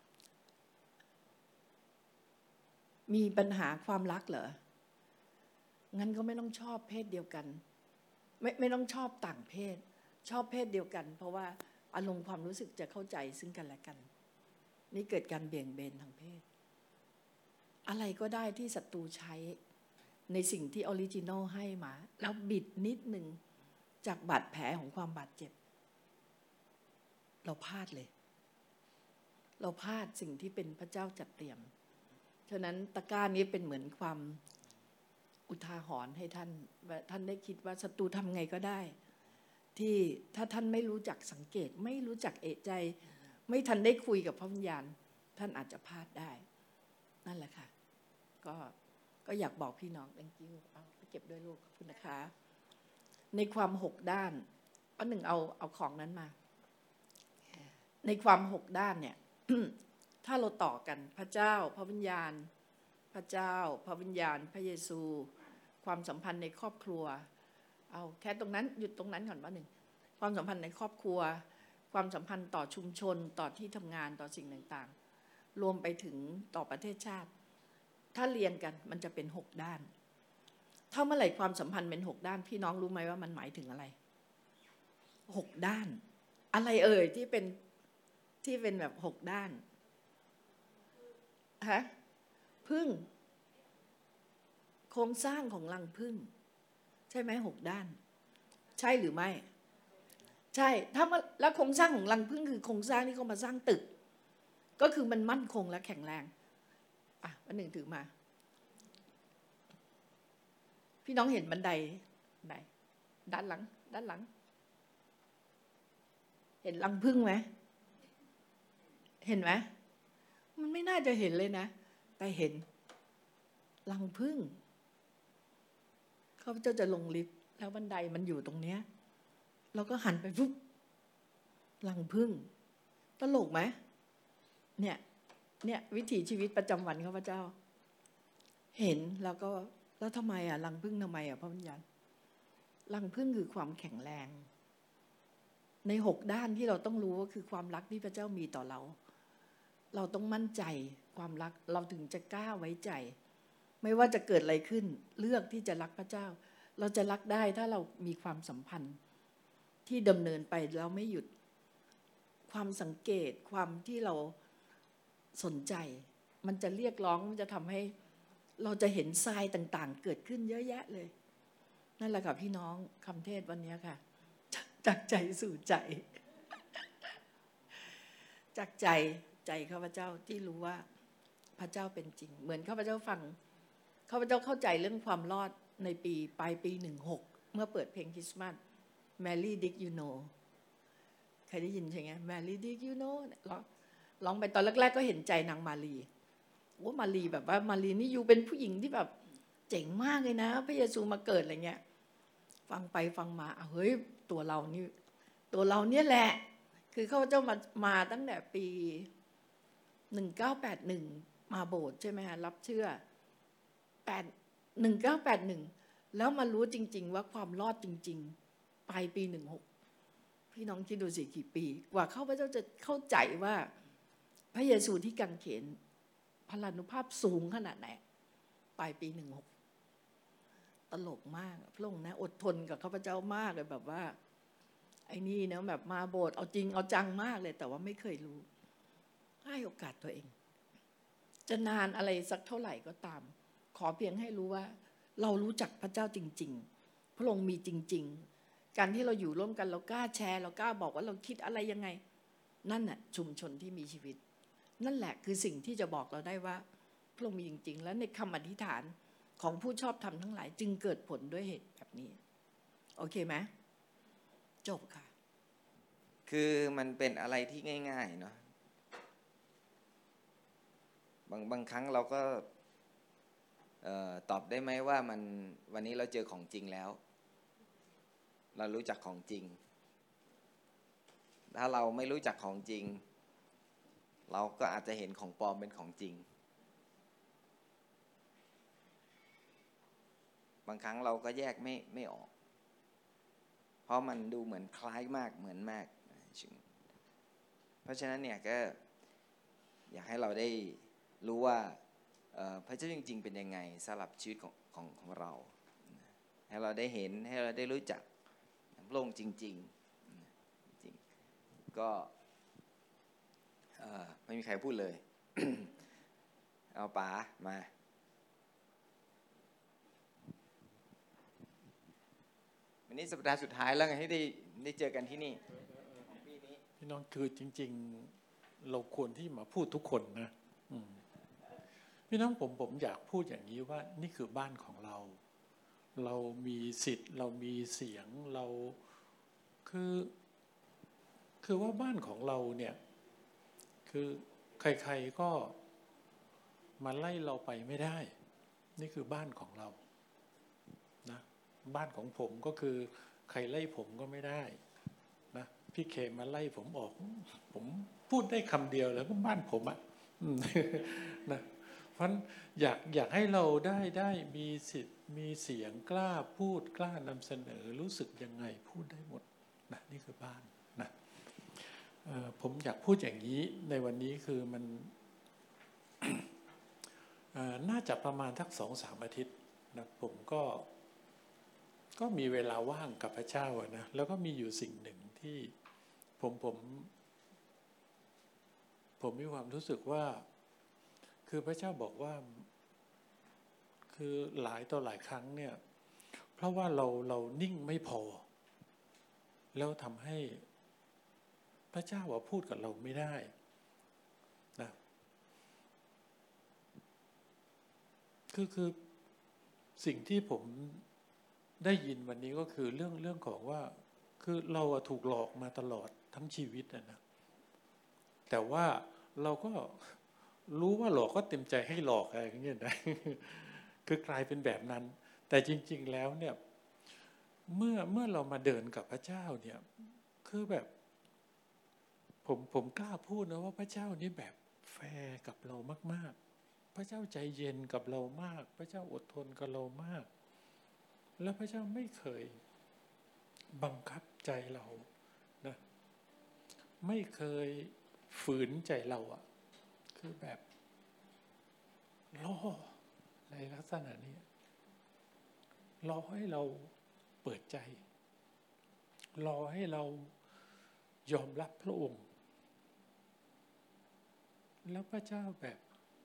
Speaker 1: มีปัญหาความรักเหรองั้นก็ไม่ต้องชอบเพศเดียวกันไม่ไม่ต้องชอบต่างเพศชอบเพศเดียวกันเพราะว่าอารมณ์ความรู้สึกจะเข้าใจซึ่งกันและกันนี่เกิดการเบี่ยงเบนทางเพศอะไรก็ได้ที่ศัตรูใช้ในสิ่งที่ออริจินอลให้มาแล้วบิดนิดหนึ่งจากบาดแผลของความบาดเจ็บเราพลาดเลยเราพลาดสิ่งที่เป็นพระเจ้าจัดเตรียมฉะนั้นตะกร้านี้เป็นเหมือนความอุทาหรณ์ให้ท่านว่าท่านได้คิดว่าศัตรูทำไงก็ได้ที่ถ้าท่านไม่รู้จักสังเกตไม่รู้จักเอะใจไม่ทันได้คุยกับพระวิญญาณท่านอาจจะพลาดได้นั่นแหละค่ะก็ก็อยากบอกพี่น้อง thank you เอาไปเก็บด้วยลูกขอบคุณนะคะในความหกด้านอันหนึ่งเอาเอาของนั้นมาในความหกด้านเนี่ย ถ้าเราต่อกันพระเจ้าพระวิญญาณพระเจ้าพระวิญญาณพระเยซูความสัมพันธ์ในครอบครัวเอาแค่ตรงนั้นหยุดตรงนั้นก่อนว่าหนึ่งความสัมพันธ์ในครอบครัวความสัมพันธ์ต่อชุมชนต่อที่ทำงานต่อสิ่งต่างๆรวมไปถึงต่อประเทศชาติถ้าเรียงกันมันจะเป็นหกด้านถ้าเมื่อไหร่ความสัมพันธ์เป็นหกด้านพี่น้องรู้ไหมว่ามันหมายถึงอะไรหกด้านอะไรเอ่ยที่เป็นที่เป็นแบบหกด้านฮะพึ่งโครงสร้างของรังพึ่งใช่ไหมหกด้านใช่หรือไม่ใช่ถ้ามาแล้วโครงสร้างของรังผึ้งคือโครงสร้างที่เขามาสร้างตึกก็คือมันมั่นคงและแข็งแรงอ่ะอันหนึ่งถือมาพี่น้องเห็นบันไดไหนด้านหลังด้านหลังเห็นรังผึ้งไหมเห็นไหมมันไม่น่าจะเห็นเลยนะแต่เห็นรังผึ้งเขาเจ้าจะลงลิฟต์แล้วบันไดมันอยู่ตรงเนี้ยเราก็หันไปปุ๊บรังผึ้งตลกไหมเนี่ยเนี่ยวิถีชีวิตประจำวันข้าพเจ้าเห็นแล้วก็แล้วทำไมอ่ะรังผึ้งทำไมอ่ะพระวิญญาณรังผึ้งคือความแข็งแรงในหกด้านที่เราต้องรู้ก็คือความรักที่พระเจ้ามีต่อเราเราต้องมั่นใจความรักเราถึงจะกล้าไว้ใจไม่ว่าจะเกิดอะไรขึ้นเลือกที่จะรักพระเจ้าเราจะรักได้ถ้าเรามีความสัมพันธ์ที่ดำเนินไปเราไม่หยุดความสังเกตความที่เราสนใจมันจะเรียกร้องมันจะทำให้เราจะเห็นทรายต่างๆเกิดขึ้นเยอะแยะเลยนั่นแหละค่ะพี่น้องคำเทศวันนี้ค่ะจากใจสู่ใจจากใจใจข้าพเจ้าที่รู้ว่าพระเจ้าเป็นจริงเหมือนข้าพเจ้าฟังข้าพเจ้าเข้าใจเรื่องความรอดในปีปลายปีหนึ่งหกเมื่อเปิดเพลงคริสต์มาส Mary Did You Know ใครได้ยินใช่ไหม Mary Did You Know ร้องร้องไปตอนแรกๆก็เห็นใจนางมารีว่ามารีแบบว่ามารีนี่อยู่เป็นผู้หญิงที่แบบเจ๋งมากเลยนะพระเยซูมาเกิดอะไรเงี้ยฟังไปฟังมาเฮ้ยตัวเรานี่ตัวเราเนี่ยแหละคือข้าพเจ้ามามาตั้งแต่ปีหนึ่งเก้าแปดหนึ่งมาโบสถ์ใช่ไหมฮะรับเชื่อแปดหนึ่งเก้าแปดหนึ่งแล้วมารู้จริงๆว่าความรอดจริงๆปลายปีหนึ่งหกพี่น้องคิดดูสิกี่ปีกว่าข้าพเจ้าจะเข้าใจว่าพระเยซูที่กังเขนพลานุภาพสูงขนาดไหนปลายปีหนึ่งหกตลกมากพระองค์นะอดทนกับข้าพเจ้ามากเลยแบบว่าไอ้นี่นะแบบมาโบสถ์เอาจริงเอาจังมากเลยแต่ว่าไม่เคยรู้ให้โอกาสตัวเองจะนานอะไรสักเท่าไหร่ก็ตามขอเพียงให้รู้ว่าเรารู้จักพระเจ้าจริงๆพระองค์มีจริงๆการที่เราอยู่ร่วมกันเรากล้าแชร์เรากล้าบอกว่าเราคิดอะไรยังไงนั่นน่ะชุมชนที่มีชีวิตนั่นแหละคือสิ่งที่จะบอกเราได้ว่าพระองค์มีจริงๆและในคำอธิษฐานของผู้ชอบธรรมทั้งหลายจึงเกิดผลด้วยเหตุแบบนี้โอเคไหมจบค่ะ
Speaker 9: คือมันเป็นอะไรที่ง่ายๆเนาะบางบางครั้งเราก็เอ่อตอบได้ไหมว่ามันวันนี้เราเจอของจริงแล้วเรารู้จักของจริงถ้าเราไม่รู้จักของจริงเราก็อาจจะเห็นของปลอมเป็นของจริงบางครั้งเราก็แยกไม่ไม่ออกเพราะมันดูเหมือนคล้ายมากเหมือนมากเพราะฉะนั้นเนี่ยก็อยากให้เราได้รู้ว่าพระเจ้าจริงๆเป็นยังไงสำหรับชีวิตของของของเราให้เราได้เห็นให้เราได้รู้จักพระองค์จริงๆจริงก็ไม่มีใครพูดเลย เอาป๋ามาวันนี้สัปดาห์สุดท้ายแล้วไงที่ได้ได้เจอกันที่นี่
Speaker 10: พี่น้องคือจริงๆเราควรที่มาพูดทุกคนนะพี่น้องผมผมอยากพูดอย่างนี้ว่านี่คือบ้านของเราเรามีสิทธิ์เรามีเสียงเราคือคือว่าบ้านของเราเนี่ยคือใครๆก็มาไล่เราไปไม่ได้นี่คือบ้านของเรานะบ้านของผมก็คือใครไล่ผมก็ไม่ได้นะพี่เคมาไล่ผมออกผมพูดได้คำเดียวแล้วก็บ้านผมอะนะเพราะอยากอยากให้เราได้ได้มีสิทธิ์มีเสียงกล้าพูดกล้านำเสนอรู้สึกยังไงพูดได้หมดนะนี่คือบ้านนะผมอยากพูดอย่างนี้ในวันนี้คือมัน น่าจะประมาณทักสองสามอาทิตย์นะผมก็ก็มีเวลาว่างกับพระเจ้านะแล้วก็มีอยู่สิ่งหนึ่งที่ผมผมผมมีความรู้สึกว่าคือพระเจ้าบอกว่าคือหลายต่อหลายครั้งเนี่ยเพราะว่าเราเรานิ่งไม่พอแล้วทำให้พระเจ้าว่าพูดกับเราไม่ได้นะคือคือสิ่งที่ผมได้ยินวันนี้ก็คือเรื่องเรื่องของว่าคือเราถูกหลอกมาตลอดทั้งชีวิตนะนะแต่ว่าเราก็รู้ว่าหลอกก็เต็มใจให้หลอกอะไรอย่างเงี้ยนะคือกลายเป็นแบบนั้นแต่จริงๆแล้วเนี่ยเมื่อเมื่อเรามาเดินกับพระเจ้าเนี่ยคือแบบผมผมกล้าพูดนะว่าพระเจ้านี่แบบแฟร์กับเรามากๆพระเจ้าใจเย็นกับเรามากพระเจ้าอดทนกับเรามากแล้วพระเจ้าไม่เคยบังคับใจเรานะไม่เคยฝืนใจเราอะคือแบบล่อในลักษณะนี้รอให้เราเปิดใจรอให้เรายอมรับพระองค์แล้วพระเจ้าแบบ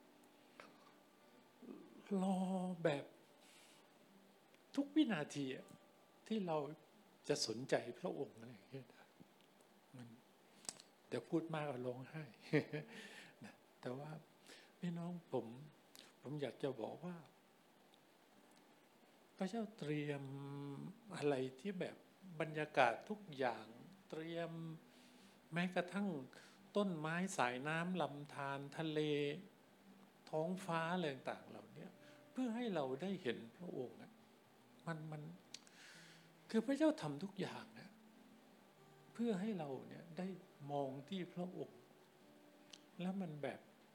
Speaker 10: รอแบบทุกวินาทีที่เราจะสนใจพระองค์อะไรอย่างเงี้ยมันเดี๋ยวพูดมากก็ร้องไห้นะแต่ว่าพี่น้องผมผมอยากจะบอกว่าพระเจ้าเตรียมอะไรที่แบบบรรยากาศทุกอย่างเตรียมแม้กระทั่งต้นไม้สายน้ำลำธารทะเลท้องฟ้าอะไรต่างๆเหล่านี้เพื่อให้เราได้เห็นพระองค์มันมันคือพระเจ้าทำทุกอย่างนะเพื่อให้เราเนี่ยได้มองที่พระองค์แล้วมันแบบ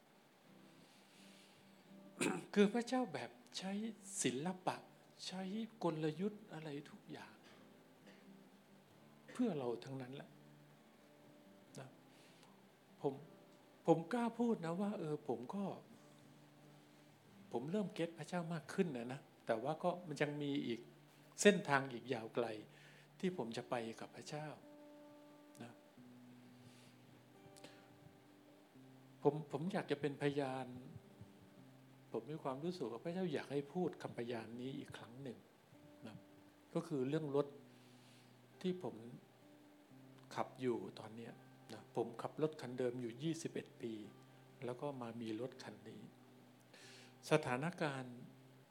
Speaker 10: คือพระเจ้าแบบใช้ศิลปะใช้กลยุทธ์อะไรทุกอย่างเพื่อเราทั้งนั้นแหละนะผมผมกล้าพูดนะว่าเออผมก็ผมเริ่มเก็ตพระเจ้ามากขึ้นนะนะแต่ว่าก็มันยังมีอีกเส้นทางอีกยาวไกลที่ผมจะไปกับพระเจ้านะผมผมอยากจะเป็นพยานผมมีความรู้สึกว่าพระเจ้าอยากให้พูดคำพยานนี้อีกครั้งหนึ่งนะก็คือเรื่องรถที่ผมขับอยู่ตอนนี้นะผมขับรถคันเดิมอยู่ยี่สิบเอ็ดปีแล้วก็มามีรถคันนี้สถานการณ์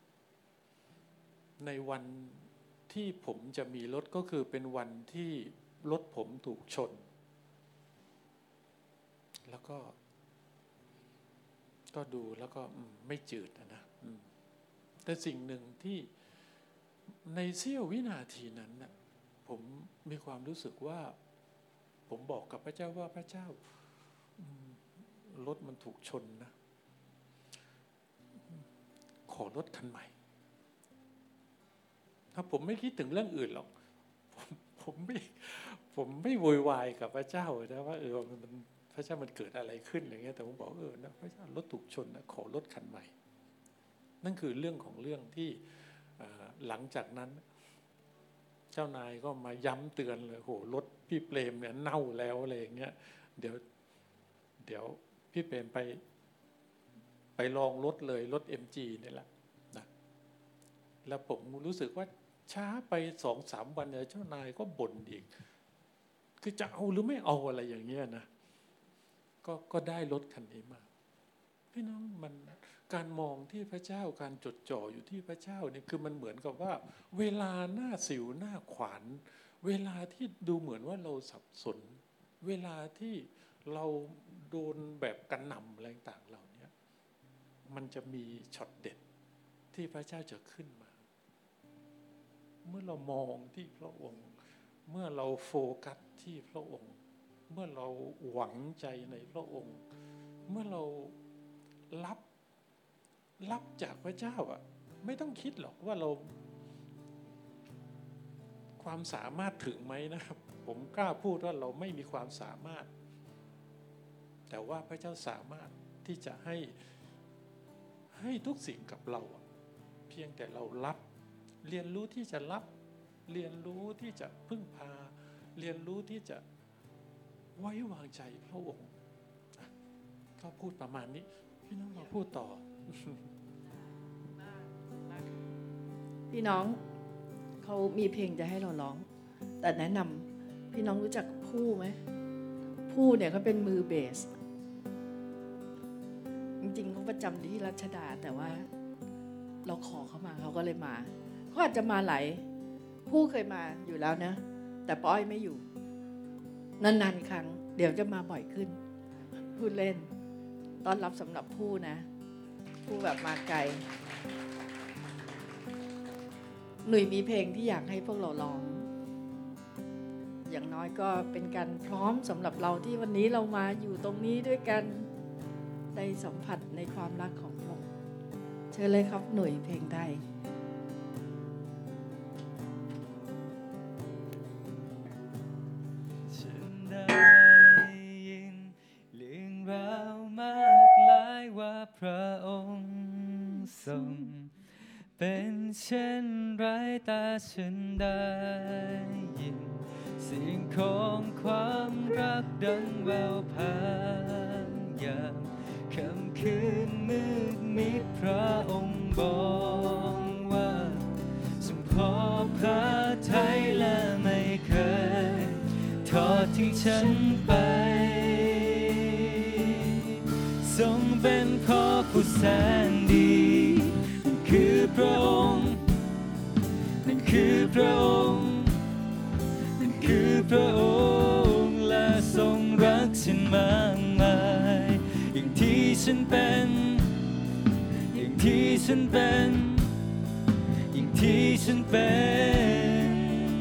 Speaker 10: ในวันที่ผมจะมีรถก็คือเป็นวันที่รถผมถูกชนแล้วก็ก็ดูแล้วก็ไม่จืดนะแต่สิ่งหนึ่งที่ในเสี้ยววินาทีนั้นนะผมมีความรู้สึกว่าผมบอกกับพระเจ้าว่าพระเจ้ารถมันถูกชนนะขอรถคันใหม่ถ้าผมไม่คิดถึงเรื่องอื่นหรอกผมผมไม่ผมไม่โวยวายกับพระเจ้านะว่าเออมันพระเจ้ามันเกิดอะไรขึ้นอะไรเงี้ยแต่ผมบอกเออนะพระเจ้ารถถูกชนนะขอรถคันใหม่นั่นคือเรื่องของเรื่องที่หลังจากนั้นเจ้านายก็มาย้ำเตือนเลยโหรถพี่เปรมเนี่ยเน่าแล้วอะไรอย่างเงี้ยเดี๋ยวเดี๋ยวพี่เปรมไปไปลองรถเลยรถ เอ็ม จี นี่แหละนะแล้วผมรู้สึกว่าช้าไปสองสามวันเนี่ยเจ้านายก็บ่นอีกคือจะเอาหรือไม่เอาอะไรอย่างเงี้ยนะก็ก็ได้รถคันนี้มาพี่น้องมันการมองที่พระเจ้าการจดจ่ออยู่ที่พระเจ้าเนี่ยคือมันเหมือนกับว่าเวลาหน้าสิวหน้าขวานเวลาที่ดูเหมือนว่าเราสับสนเวลาที่เราโดนแบบกระหน่ำอะไรต่างๆเหล่านี้มันจะมีช็อตเด็ดที่พระเจ้าจะขึ้นมาเมื่อเรามองที่พระองค์เมื่อเราโฟกัสที่พระองค์เมื่อเราหวังใจในพระองค์เมื่อเรารับรับจากพระเจ้าอ่ะไม่ต้องคิดหรอกว่าเราความสามารถถึงไหมนะครับผมกล้าพูดว่าเราไม่มีความสามารถแต่ว่าพระเจ้าสามารถที่จะให้ให้ทุกสิ่งกับเราเพียงแต่เรารับเรียนรู้ที่จะรับเรียนรู้ที่จะพึ่งพาเรียนรู้ที่จะไว้วางใจพระองค์ก็พูดประมาณนี้พี่น้องมาพูดต่อ
Speaker 1: พี่น้องเขามีเพลงจะให้เราร้องแต่แนะนำพี่น้องรู้จักผู้ไหมผู้เนี่ยเขาเป็นมือเบสจริงๆเขาประจำที่รัชดาแต่ว่าเราขอเขามาเขาก็เลยมาเขาอาจจะมาหลายผู้เคยมาอยู่แล้วนะแต่ป้อยไม่อยู่นานๆครั้งเดี๋ยวจะมาบ่อยขึ้นพูดเล่นต้อนรับสำหรับผู้นะผู้แบบมาไกลหนุ่ยมีเพลงที่อยากให้พวกเราร้องอย่างน้อยก็เป็นการพร้อมสำหรับเราที่วันนี้เรามาอยู่ตรงนี้ด้วยกันได้สัมผัสในความรักของพระองค์เชิญเลยครับหนุ่ยเพลงไทย
Speaker 11: ฉันได้ยินเรื่องราวมากหลายว่าพระองค์ทรงเป็นเช่นไรแต่ฉันได้ยินเสียงของความรักดังแววพานยามค่ำคืนมืดมิดพระองค์บอกว่าทรงพอพระทัยและไม่เคยทอดทิ้งฉันไปทรงเป็นพ่อผู้แสนดีนั่นคือพระองค์นั่นคือพระองค์นั่นคือพระองค์และทรงรักฉันมากมายอย่างที่ฉันเป็นอย่างที่ฉันเป็นอย่างที่ฉันเป็น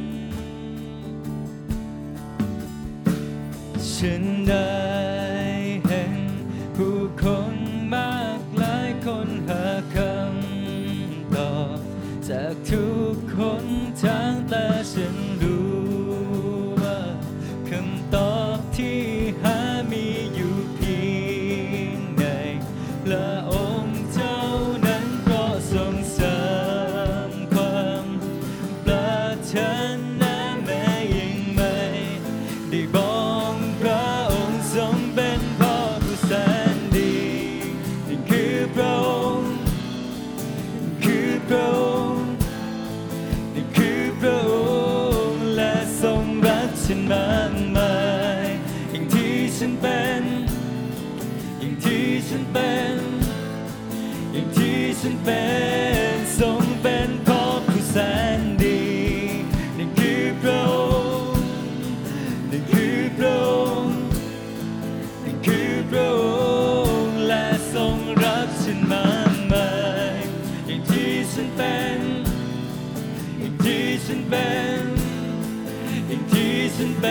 Speaker 11: ฉันได้เห็นผู้คนมากหลายคนหาคำตอบจากทุกคนทางแต่ฉันรู้ว่าคำตอบที่หามีอยู่เพียงในพระองค์เจ้านั้นก็ทรงสร้างความปรารถนาแม้ยังไม่ได้บอกพระองค์ทรงเป็นพ่อผู้แสนดีนี่คือพระองค์คือพระองค์นี่คือพระองค์และทรงรักฉันมากมายอย่างที่ฉันเป็นอย่างที่ฉันเป็นอย่างที่ฉันเป็นทรงเป็นพ่อผู้แสนดีนี่คือพระองค์นี่คือพระองค์นี่คือพระองค์และทรงรักฉันมากมายอย่างที่ฉันเป็นอย่างที่ฉันเป็นอย่างที่ฉัน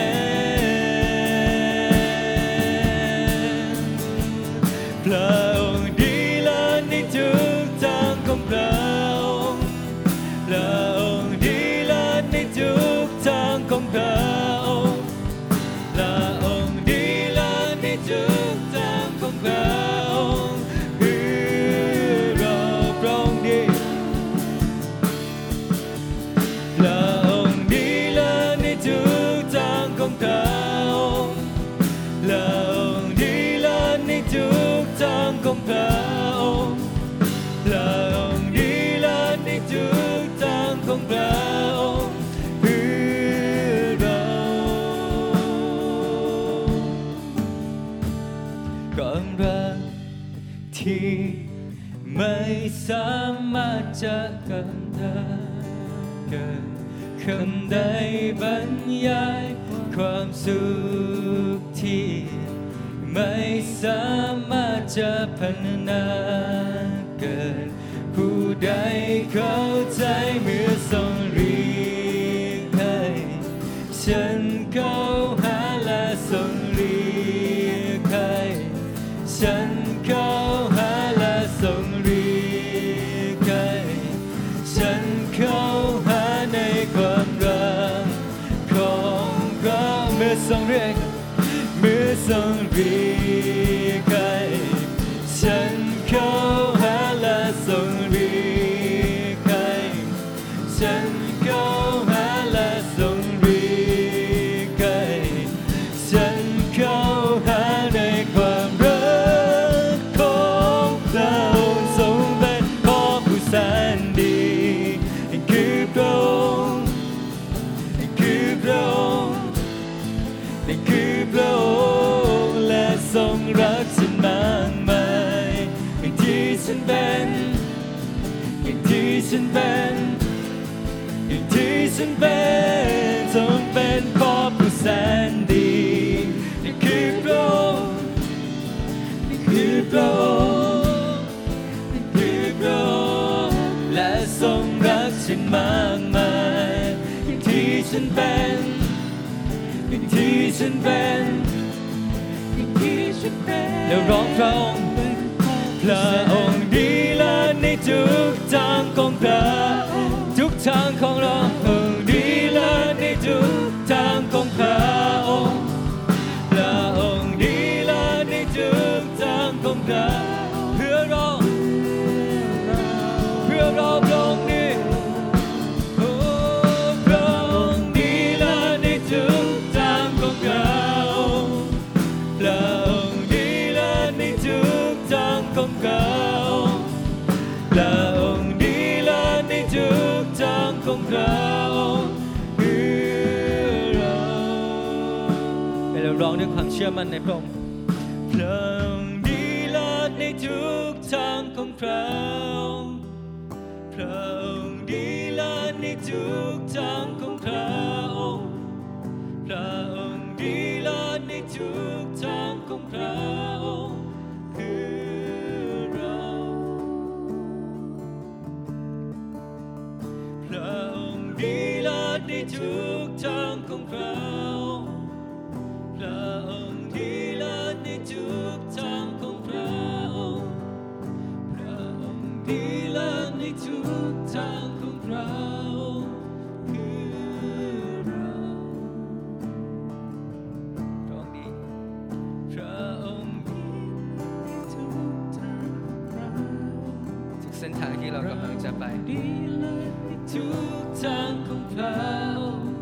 Speaker 11: เป็นพระองค์ดีเลิศในทุกทางของพระองค์พระองค์ดีเลิศในทุกทางของพระองค์พระองค์ดีเลิศในทุกทางของพระองค์คือเราพระองค์ดีพระองค์ดีเลิศในทุกทางของพระองค์พระองค์ดีเลิศในทุกทางของพระองค์พระองค์ดีเลิศในทุกทางของพระองค์เพื่อเราความรักที่ไม่สามารถจะกันได้เกินคำใดบรรยายความสุขที่ไม่สามารถจะพรรณนาเกินผู้ใดเข้าใจเมื่อทรงเรียกให้ฉันเข้าหาและทรงเรียกให้ฉันเข้าหาและทรงเรียกให้ฉันเข้าหาในความรักของพระเมื่อทรงเรียกเมื่อทรงเรียกให้ฉันเข้าหาและทรงเรียกให้ฉันเข้าหาและทรงเรียกให้ฉันเข้าหาในความรักของพระองค์ทรงเป็นพ่อผู้แสนดีนี่คือพระองค์นี่คือพระองค์นี่คือพระองค์และทรงรักฉันมากมายอย่างที่ฉันเป็นอย่างที่ฉันเป็นอย่างที่ฉันเป็นทรงเป็นพ่อผู้แสนดีนี่คือพระองค์นี่คือพระองค์นี่คือพระองค์และทรงรักฉันมากมายอย่างที่ฉันเป็นอย่างที่ฉันเป็นอย่างที่ฉันเป็นแล้วร้องพระองค์พระองค์ดีเลิศในทุกทางของพระทุกทางของเราดีเลิศในทุกทางของพระองค์พระองค์ดีเลิศในทุกทางของพระเพื่อเราเพื่อเราพระองค์นี้โอ้พระองค์ดีเลิศในทุกทางของเราพระองค์ดีเลิศในทุกทางของเราพระองค์ดีเลิศในทุกทางของเราให้เราร้องด้วยความเชื่อมั่นในพระองค์พระองค์ดีเลิศในทุกทางของพระองค์พระองค์ดีเลิศในทุกทางของพระองค์พระองค์ดีเลิศในทุกทางของพระองค์คือเราพระองค์ดีเลิศในทุกทางของพระองค์พระองค์ดีเลิศในทุกทางของพระองค์พระองค์ดีเลิศในทุกทางของพระองค์คือเราพระองค์ดีพระองค์ดีในทุกทางของพระองค์ทุกเส้นทางที่เรากำลังจะไปดีเลิศในทุกทางของพระองค์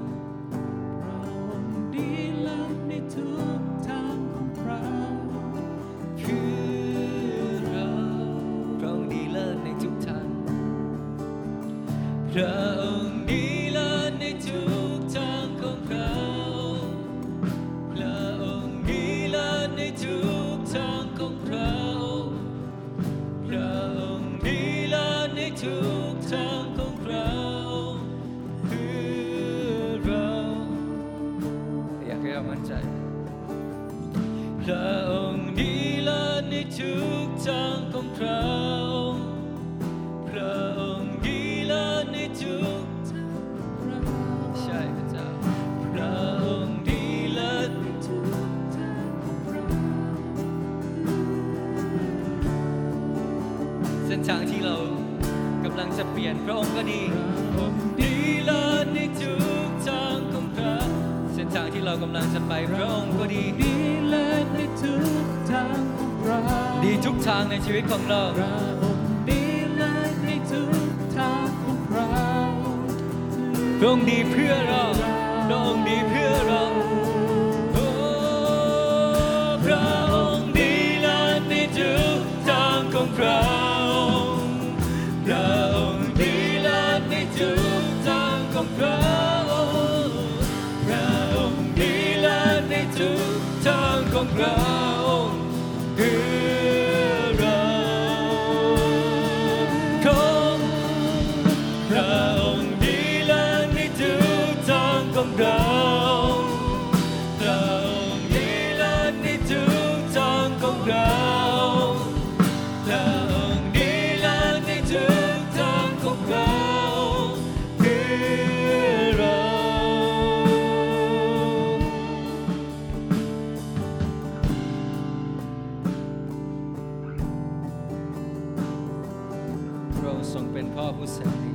Speaker 11: ดีเลิศในทุกทางของพระองค์คือเราพระองค์ดีเลิศในทุกทางพระองค์ดีเลิศในทุกทางของพระองค์พระองค์ดีเลิศในทุกทางของพระองค์พระองค์ดีเลิศในทุกทางของพระองค์คือเราอยากให้เรามั่นใจพระองค์ดีเลิศในทุกทางของพระองค์พระองค์ดีเลิศในทุกทางของพระองค์ใช่พระเจ้าพระองค์ดีเลิศในทุกทางของพระองค์เส้นทางที่เรากำลังจะเปลี่ยนพระองค์ก็ดีพระองค์ดีเลิศในทุกทางของพระเส้นทางที่เรากำลังจะไปพระองค์ก็ดีดีเลิศในทุกทางของพระดีทุกทางในชีวิตของเราพระองค์ดีเลิศในทุกทางของพระพระองค์ดีเพื่อเราพระองค์ดีเพื่อเราโอ้พระองค์ดีเลิศในทุกทางของพระพระองค์ดีเลิศในทุกทางของพระองค์พระองค์ดีเลิศในทุกทางของพระองค์คือเราของพระองค์ดีเลิศในทุกทางของเราพระองค์ดีเลิศในทุกทางของเราพระองค์ดีเลิศในทุกทางของเราคือเราเราทรงเป็นพ่อผู้แสนดี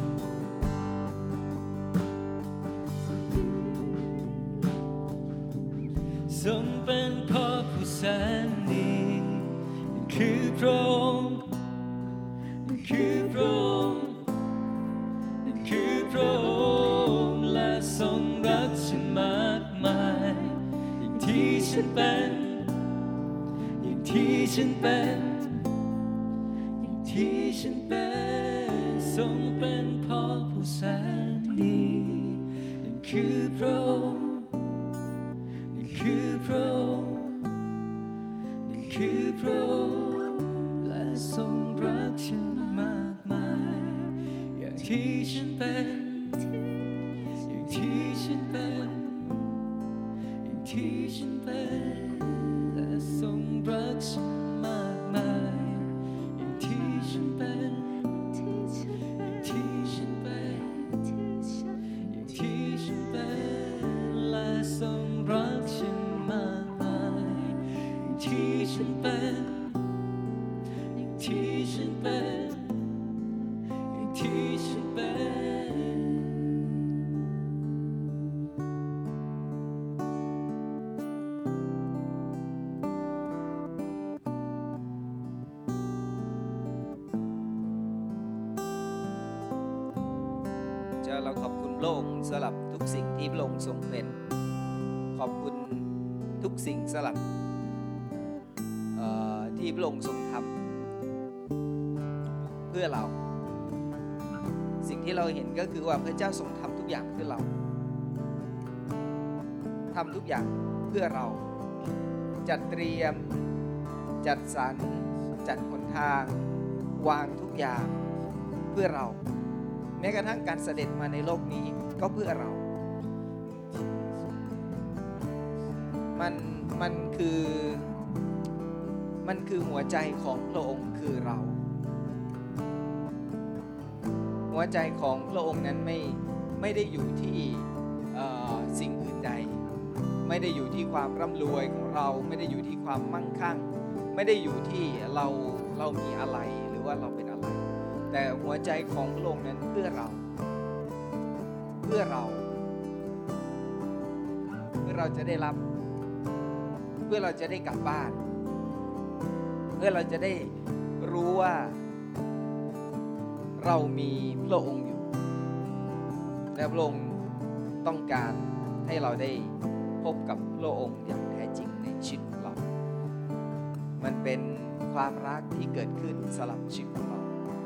Speaker 11: ทรงเป็นพ่อผู้แสนดีคือพระองค์คือพระองค์คือพระองค์และทรงรักฉันมากมายอย่างที่ฉันเป็นอย่างที่ฉันเป็นอย่างที่ฉันเป็นทรงเป็นพ่อผู้แสนดีคือพระองค์คือพระองค์นี่คือพระองค์และทรงรักฉันมากมายอย่างที่ฉันเป็นอย่างที่ฉันเป็นอย่างที่ฉันเป็นและทรงรักฉันมากมายอย่างที่ฉันเป็นอย่างที่ฉันเป็นอย่างที่ฉันเป็นและทรงรักฉันมากมายอย่างที่ฉันเป็นอย่างที่ฉันเป็นอย่างที่ฉันเป็น
Speaker 9: เราขอบคุณพระองค์สำหรับทุกสิ่งที่พระองค์ทรงเป็นขอบคุณทุกสิ่งสำหรับที่พระองค์ทรงทำเพื่อเราสิ่งที่เราเห็นก็คือว่าพระเจ้าทรงทำทุกอย่างเพื่อเราทำทุกอย่างเพื่อเราจัดเตรียมจัดสรรจัดหนทางวางทุกอย่างเพื่อเราแม้กระทั่งการเสด็จมาในโลกนี้ก็เพื่อเรา มันมันคือมันคือหัวใจของพระองค์คือเราหัวใจของพระองค์นั้นไม่ไม่ได้อยู่ที่สิ่งอื่นใดไม่ได้อยู่ที่ความร่ำรวยของเราไม่ได้อยู่ที่ความมั่งคั่งไม่ได้อยู่ที่เราเรามีอะไรหรือว่าเราเป็นอะไรแต่หัวใจของพระองค์นั้นเพื่อเราเพื่อเราเพื่อเราจะได้รับเพื่อเราจะได้กลับบ้านเพื่อเราจะได้รู้ว่าเรามีพระองค์อยู่และพระองค์ต้องการให้เราได้พบกับพระองค์อย่างแท้จริงในชีวิตของเรามันเป็นความรักที่เกิดขึ้นสำหรับชีวิตของเรา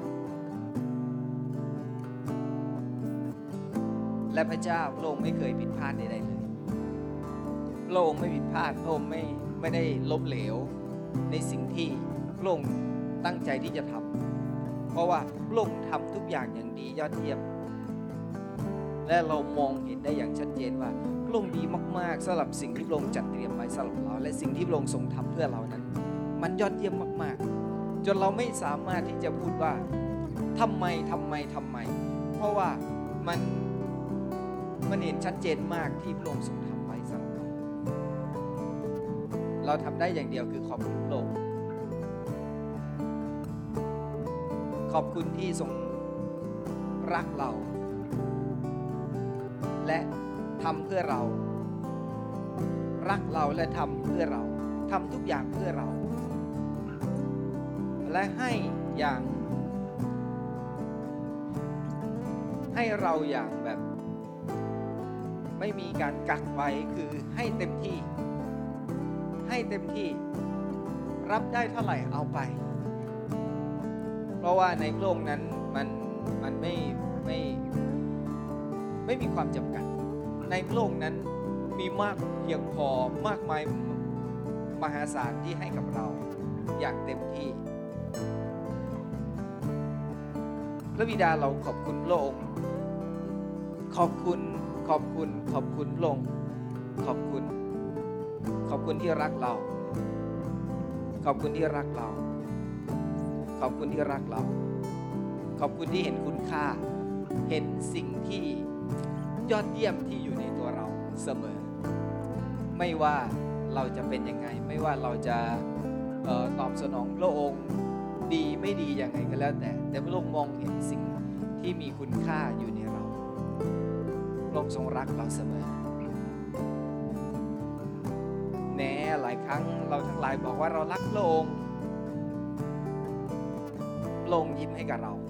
Speaker 9: และพระเจ้าพระองค์ไม่เคยผิดพลาดใดๆเลยพระองค์ไม่ผิดพลาดพระองค์ไม่ไม่ได้ล้มเหลวในสิ่งที่พระองค์ตั้งใจที่จะทำเพราะว่าพระองค์ทำทุกอย่างอย่างดียอดเยี่ยมและเรามองเห็นได้อย่างชัดเจนว่าพระองค์ดีมากๆสำหรับสิ่งที่พระองค์จัดเตรียมไว้สำหรับเราและสิ่งที่พระองค์ทรงทำเพื่อเรานั้นมันยอดเยี่ยมมากๆจนเราไม่สามารถที่จะพูดว่าทำไมทำไมทำไมเพราะว่ามันมันเห็นชัดเจนมากที่พระองค์ทรงทำไว้สำหรับเราเราทำได้อย่างเดียวคือขอบคุณพระองค์ขอบคุณที่ทรงรักเราและทำเพื่อเรารักเราและทำเพื่อเราทำทุกอย่างเพื่อเราและให้อย่างให้เราอย่างแบบไม่มีการกักไว้คือให้เต็มที่ให้เต็มที่รับได้เท่าไหร่เอาไปเพราะว่าในพระองค์นั้นมันมันไม่ไม่ไม่มีความจำกัดในพระองค์นั้นมีมากเพียงพอมากมายมหาศาลที่ให้กับเราอย่างเต็มที่พระบิดาเราขอบคุณพระองค์ขอบคุณขอบคุณขอบคุณพระองค์ขอบคุณขอบคุณที่รักเราขอบคุณที่รักเราขอบคุณที่รักเราขอบคุณที่เห็นคุณค่าเห็นสิ่งที่ยอดเยี่ยมที่อยู่ในตัวเราเสมอไม่ว่าเราจะเป็นยังไงไม่ว่าเราจะเอ่อตอบสนองพระองค์ดีไม่ดียังไงก็แล้วแต่แต่พระองค์มองเห็นสิ่งที่มีคุณค่าอยู่ในเราพระองค์ทรงรักเราเสมอแม้หลายครั้งเราทั้งหลายบอกว่าเรารักพระองค์พระองค์ยิ้มให้กับเรา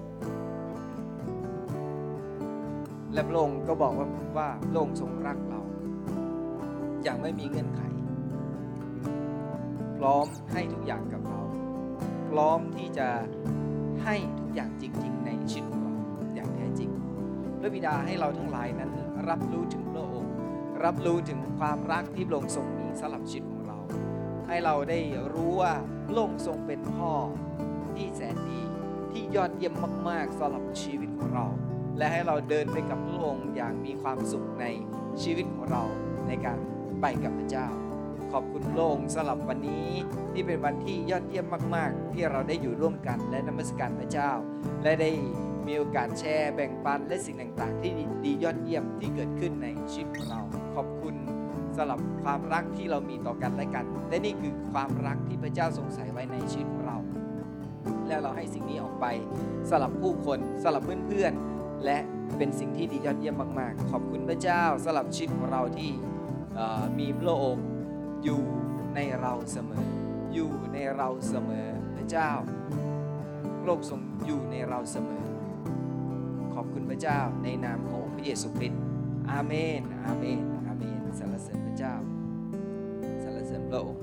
Speaker 9: และพระองค์ก็บอกว่าว่าพระองค์ทรงรักเราอย่างไม่มีเงื่อนไขพร้อมให้ทุกอย่างกับเราพร้อมที่จะให้ทุกอย่างจริงๆในชีวิตของเราอย่างแท้จริงพระบิดาให้เราทั้งหลายนั้นรับรู้ถึงพระองค์รับรู้ถึงความรักที่พระองค์ทรงมีสำหรับชีวิตของเราให้เราได้รู้ว่าพระองค์ทรงเป็นพ่อที่แสนดีที่ยอดเยี่ยมมากๆสำหรับชีวิตของเราและให้เราเดินไปกับพระองค์อย่างมีความสุขในชีวิตของเราในการไปกับพระเจ้าขอบคุณพระองค์สำหรับวันนี้ที่เป็นวันที่ยอดเยี่ยมมากๆที่เราได้อยู่ร่วมกันและนมัสการพระเจ้าและได้มีโอกาสแชร์แบ่งปันและสิ่งต่างๆที่ดียอดเยี่ยมที่เกิดขึ้นในชีวิตของเราขอบคุณสำหรับความรักที่เรามีต่อกันและกันและนี่คือความรักที่พระเจ้าทรงใส่ไว้ในชีวิตของเราและเราให้สิ่งนี้ออกไปสำหรับผู้คนสำหรับเพื่อนๆและเป็นสิ่งที่ดียอดเยี่ยมมากๆขอบคุณพระเจ้าสำหรับชีวิตของเราที่มีพระองค์อยู่ในเราเสมออยู่ในเราเสมอพระเจ้าโลกทรงอยู่ในเราเสมอขอบคุณพระเจ้าในนามของพระเยซูคริสต์อาเมนอาเมนอาเมนสรรเสริญพระเจ้าสรรเสริญพระองค์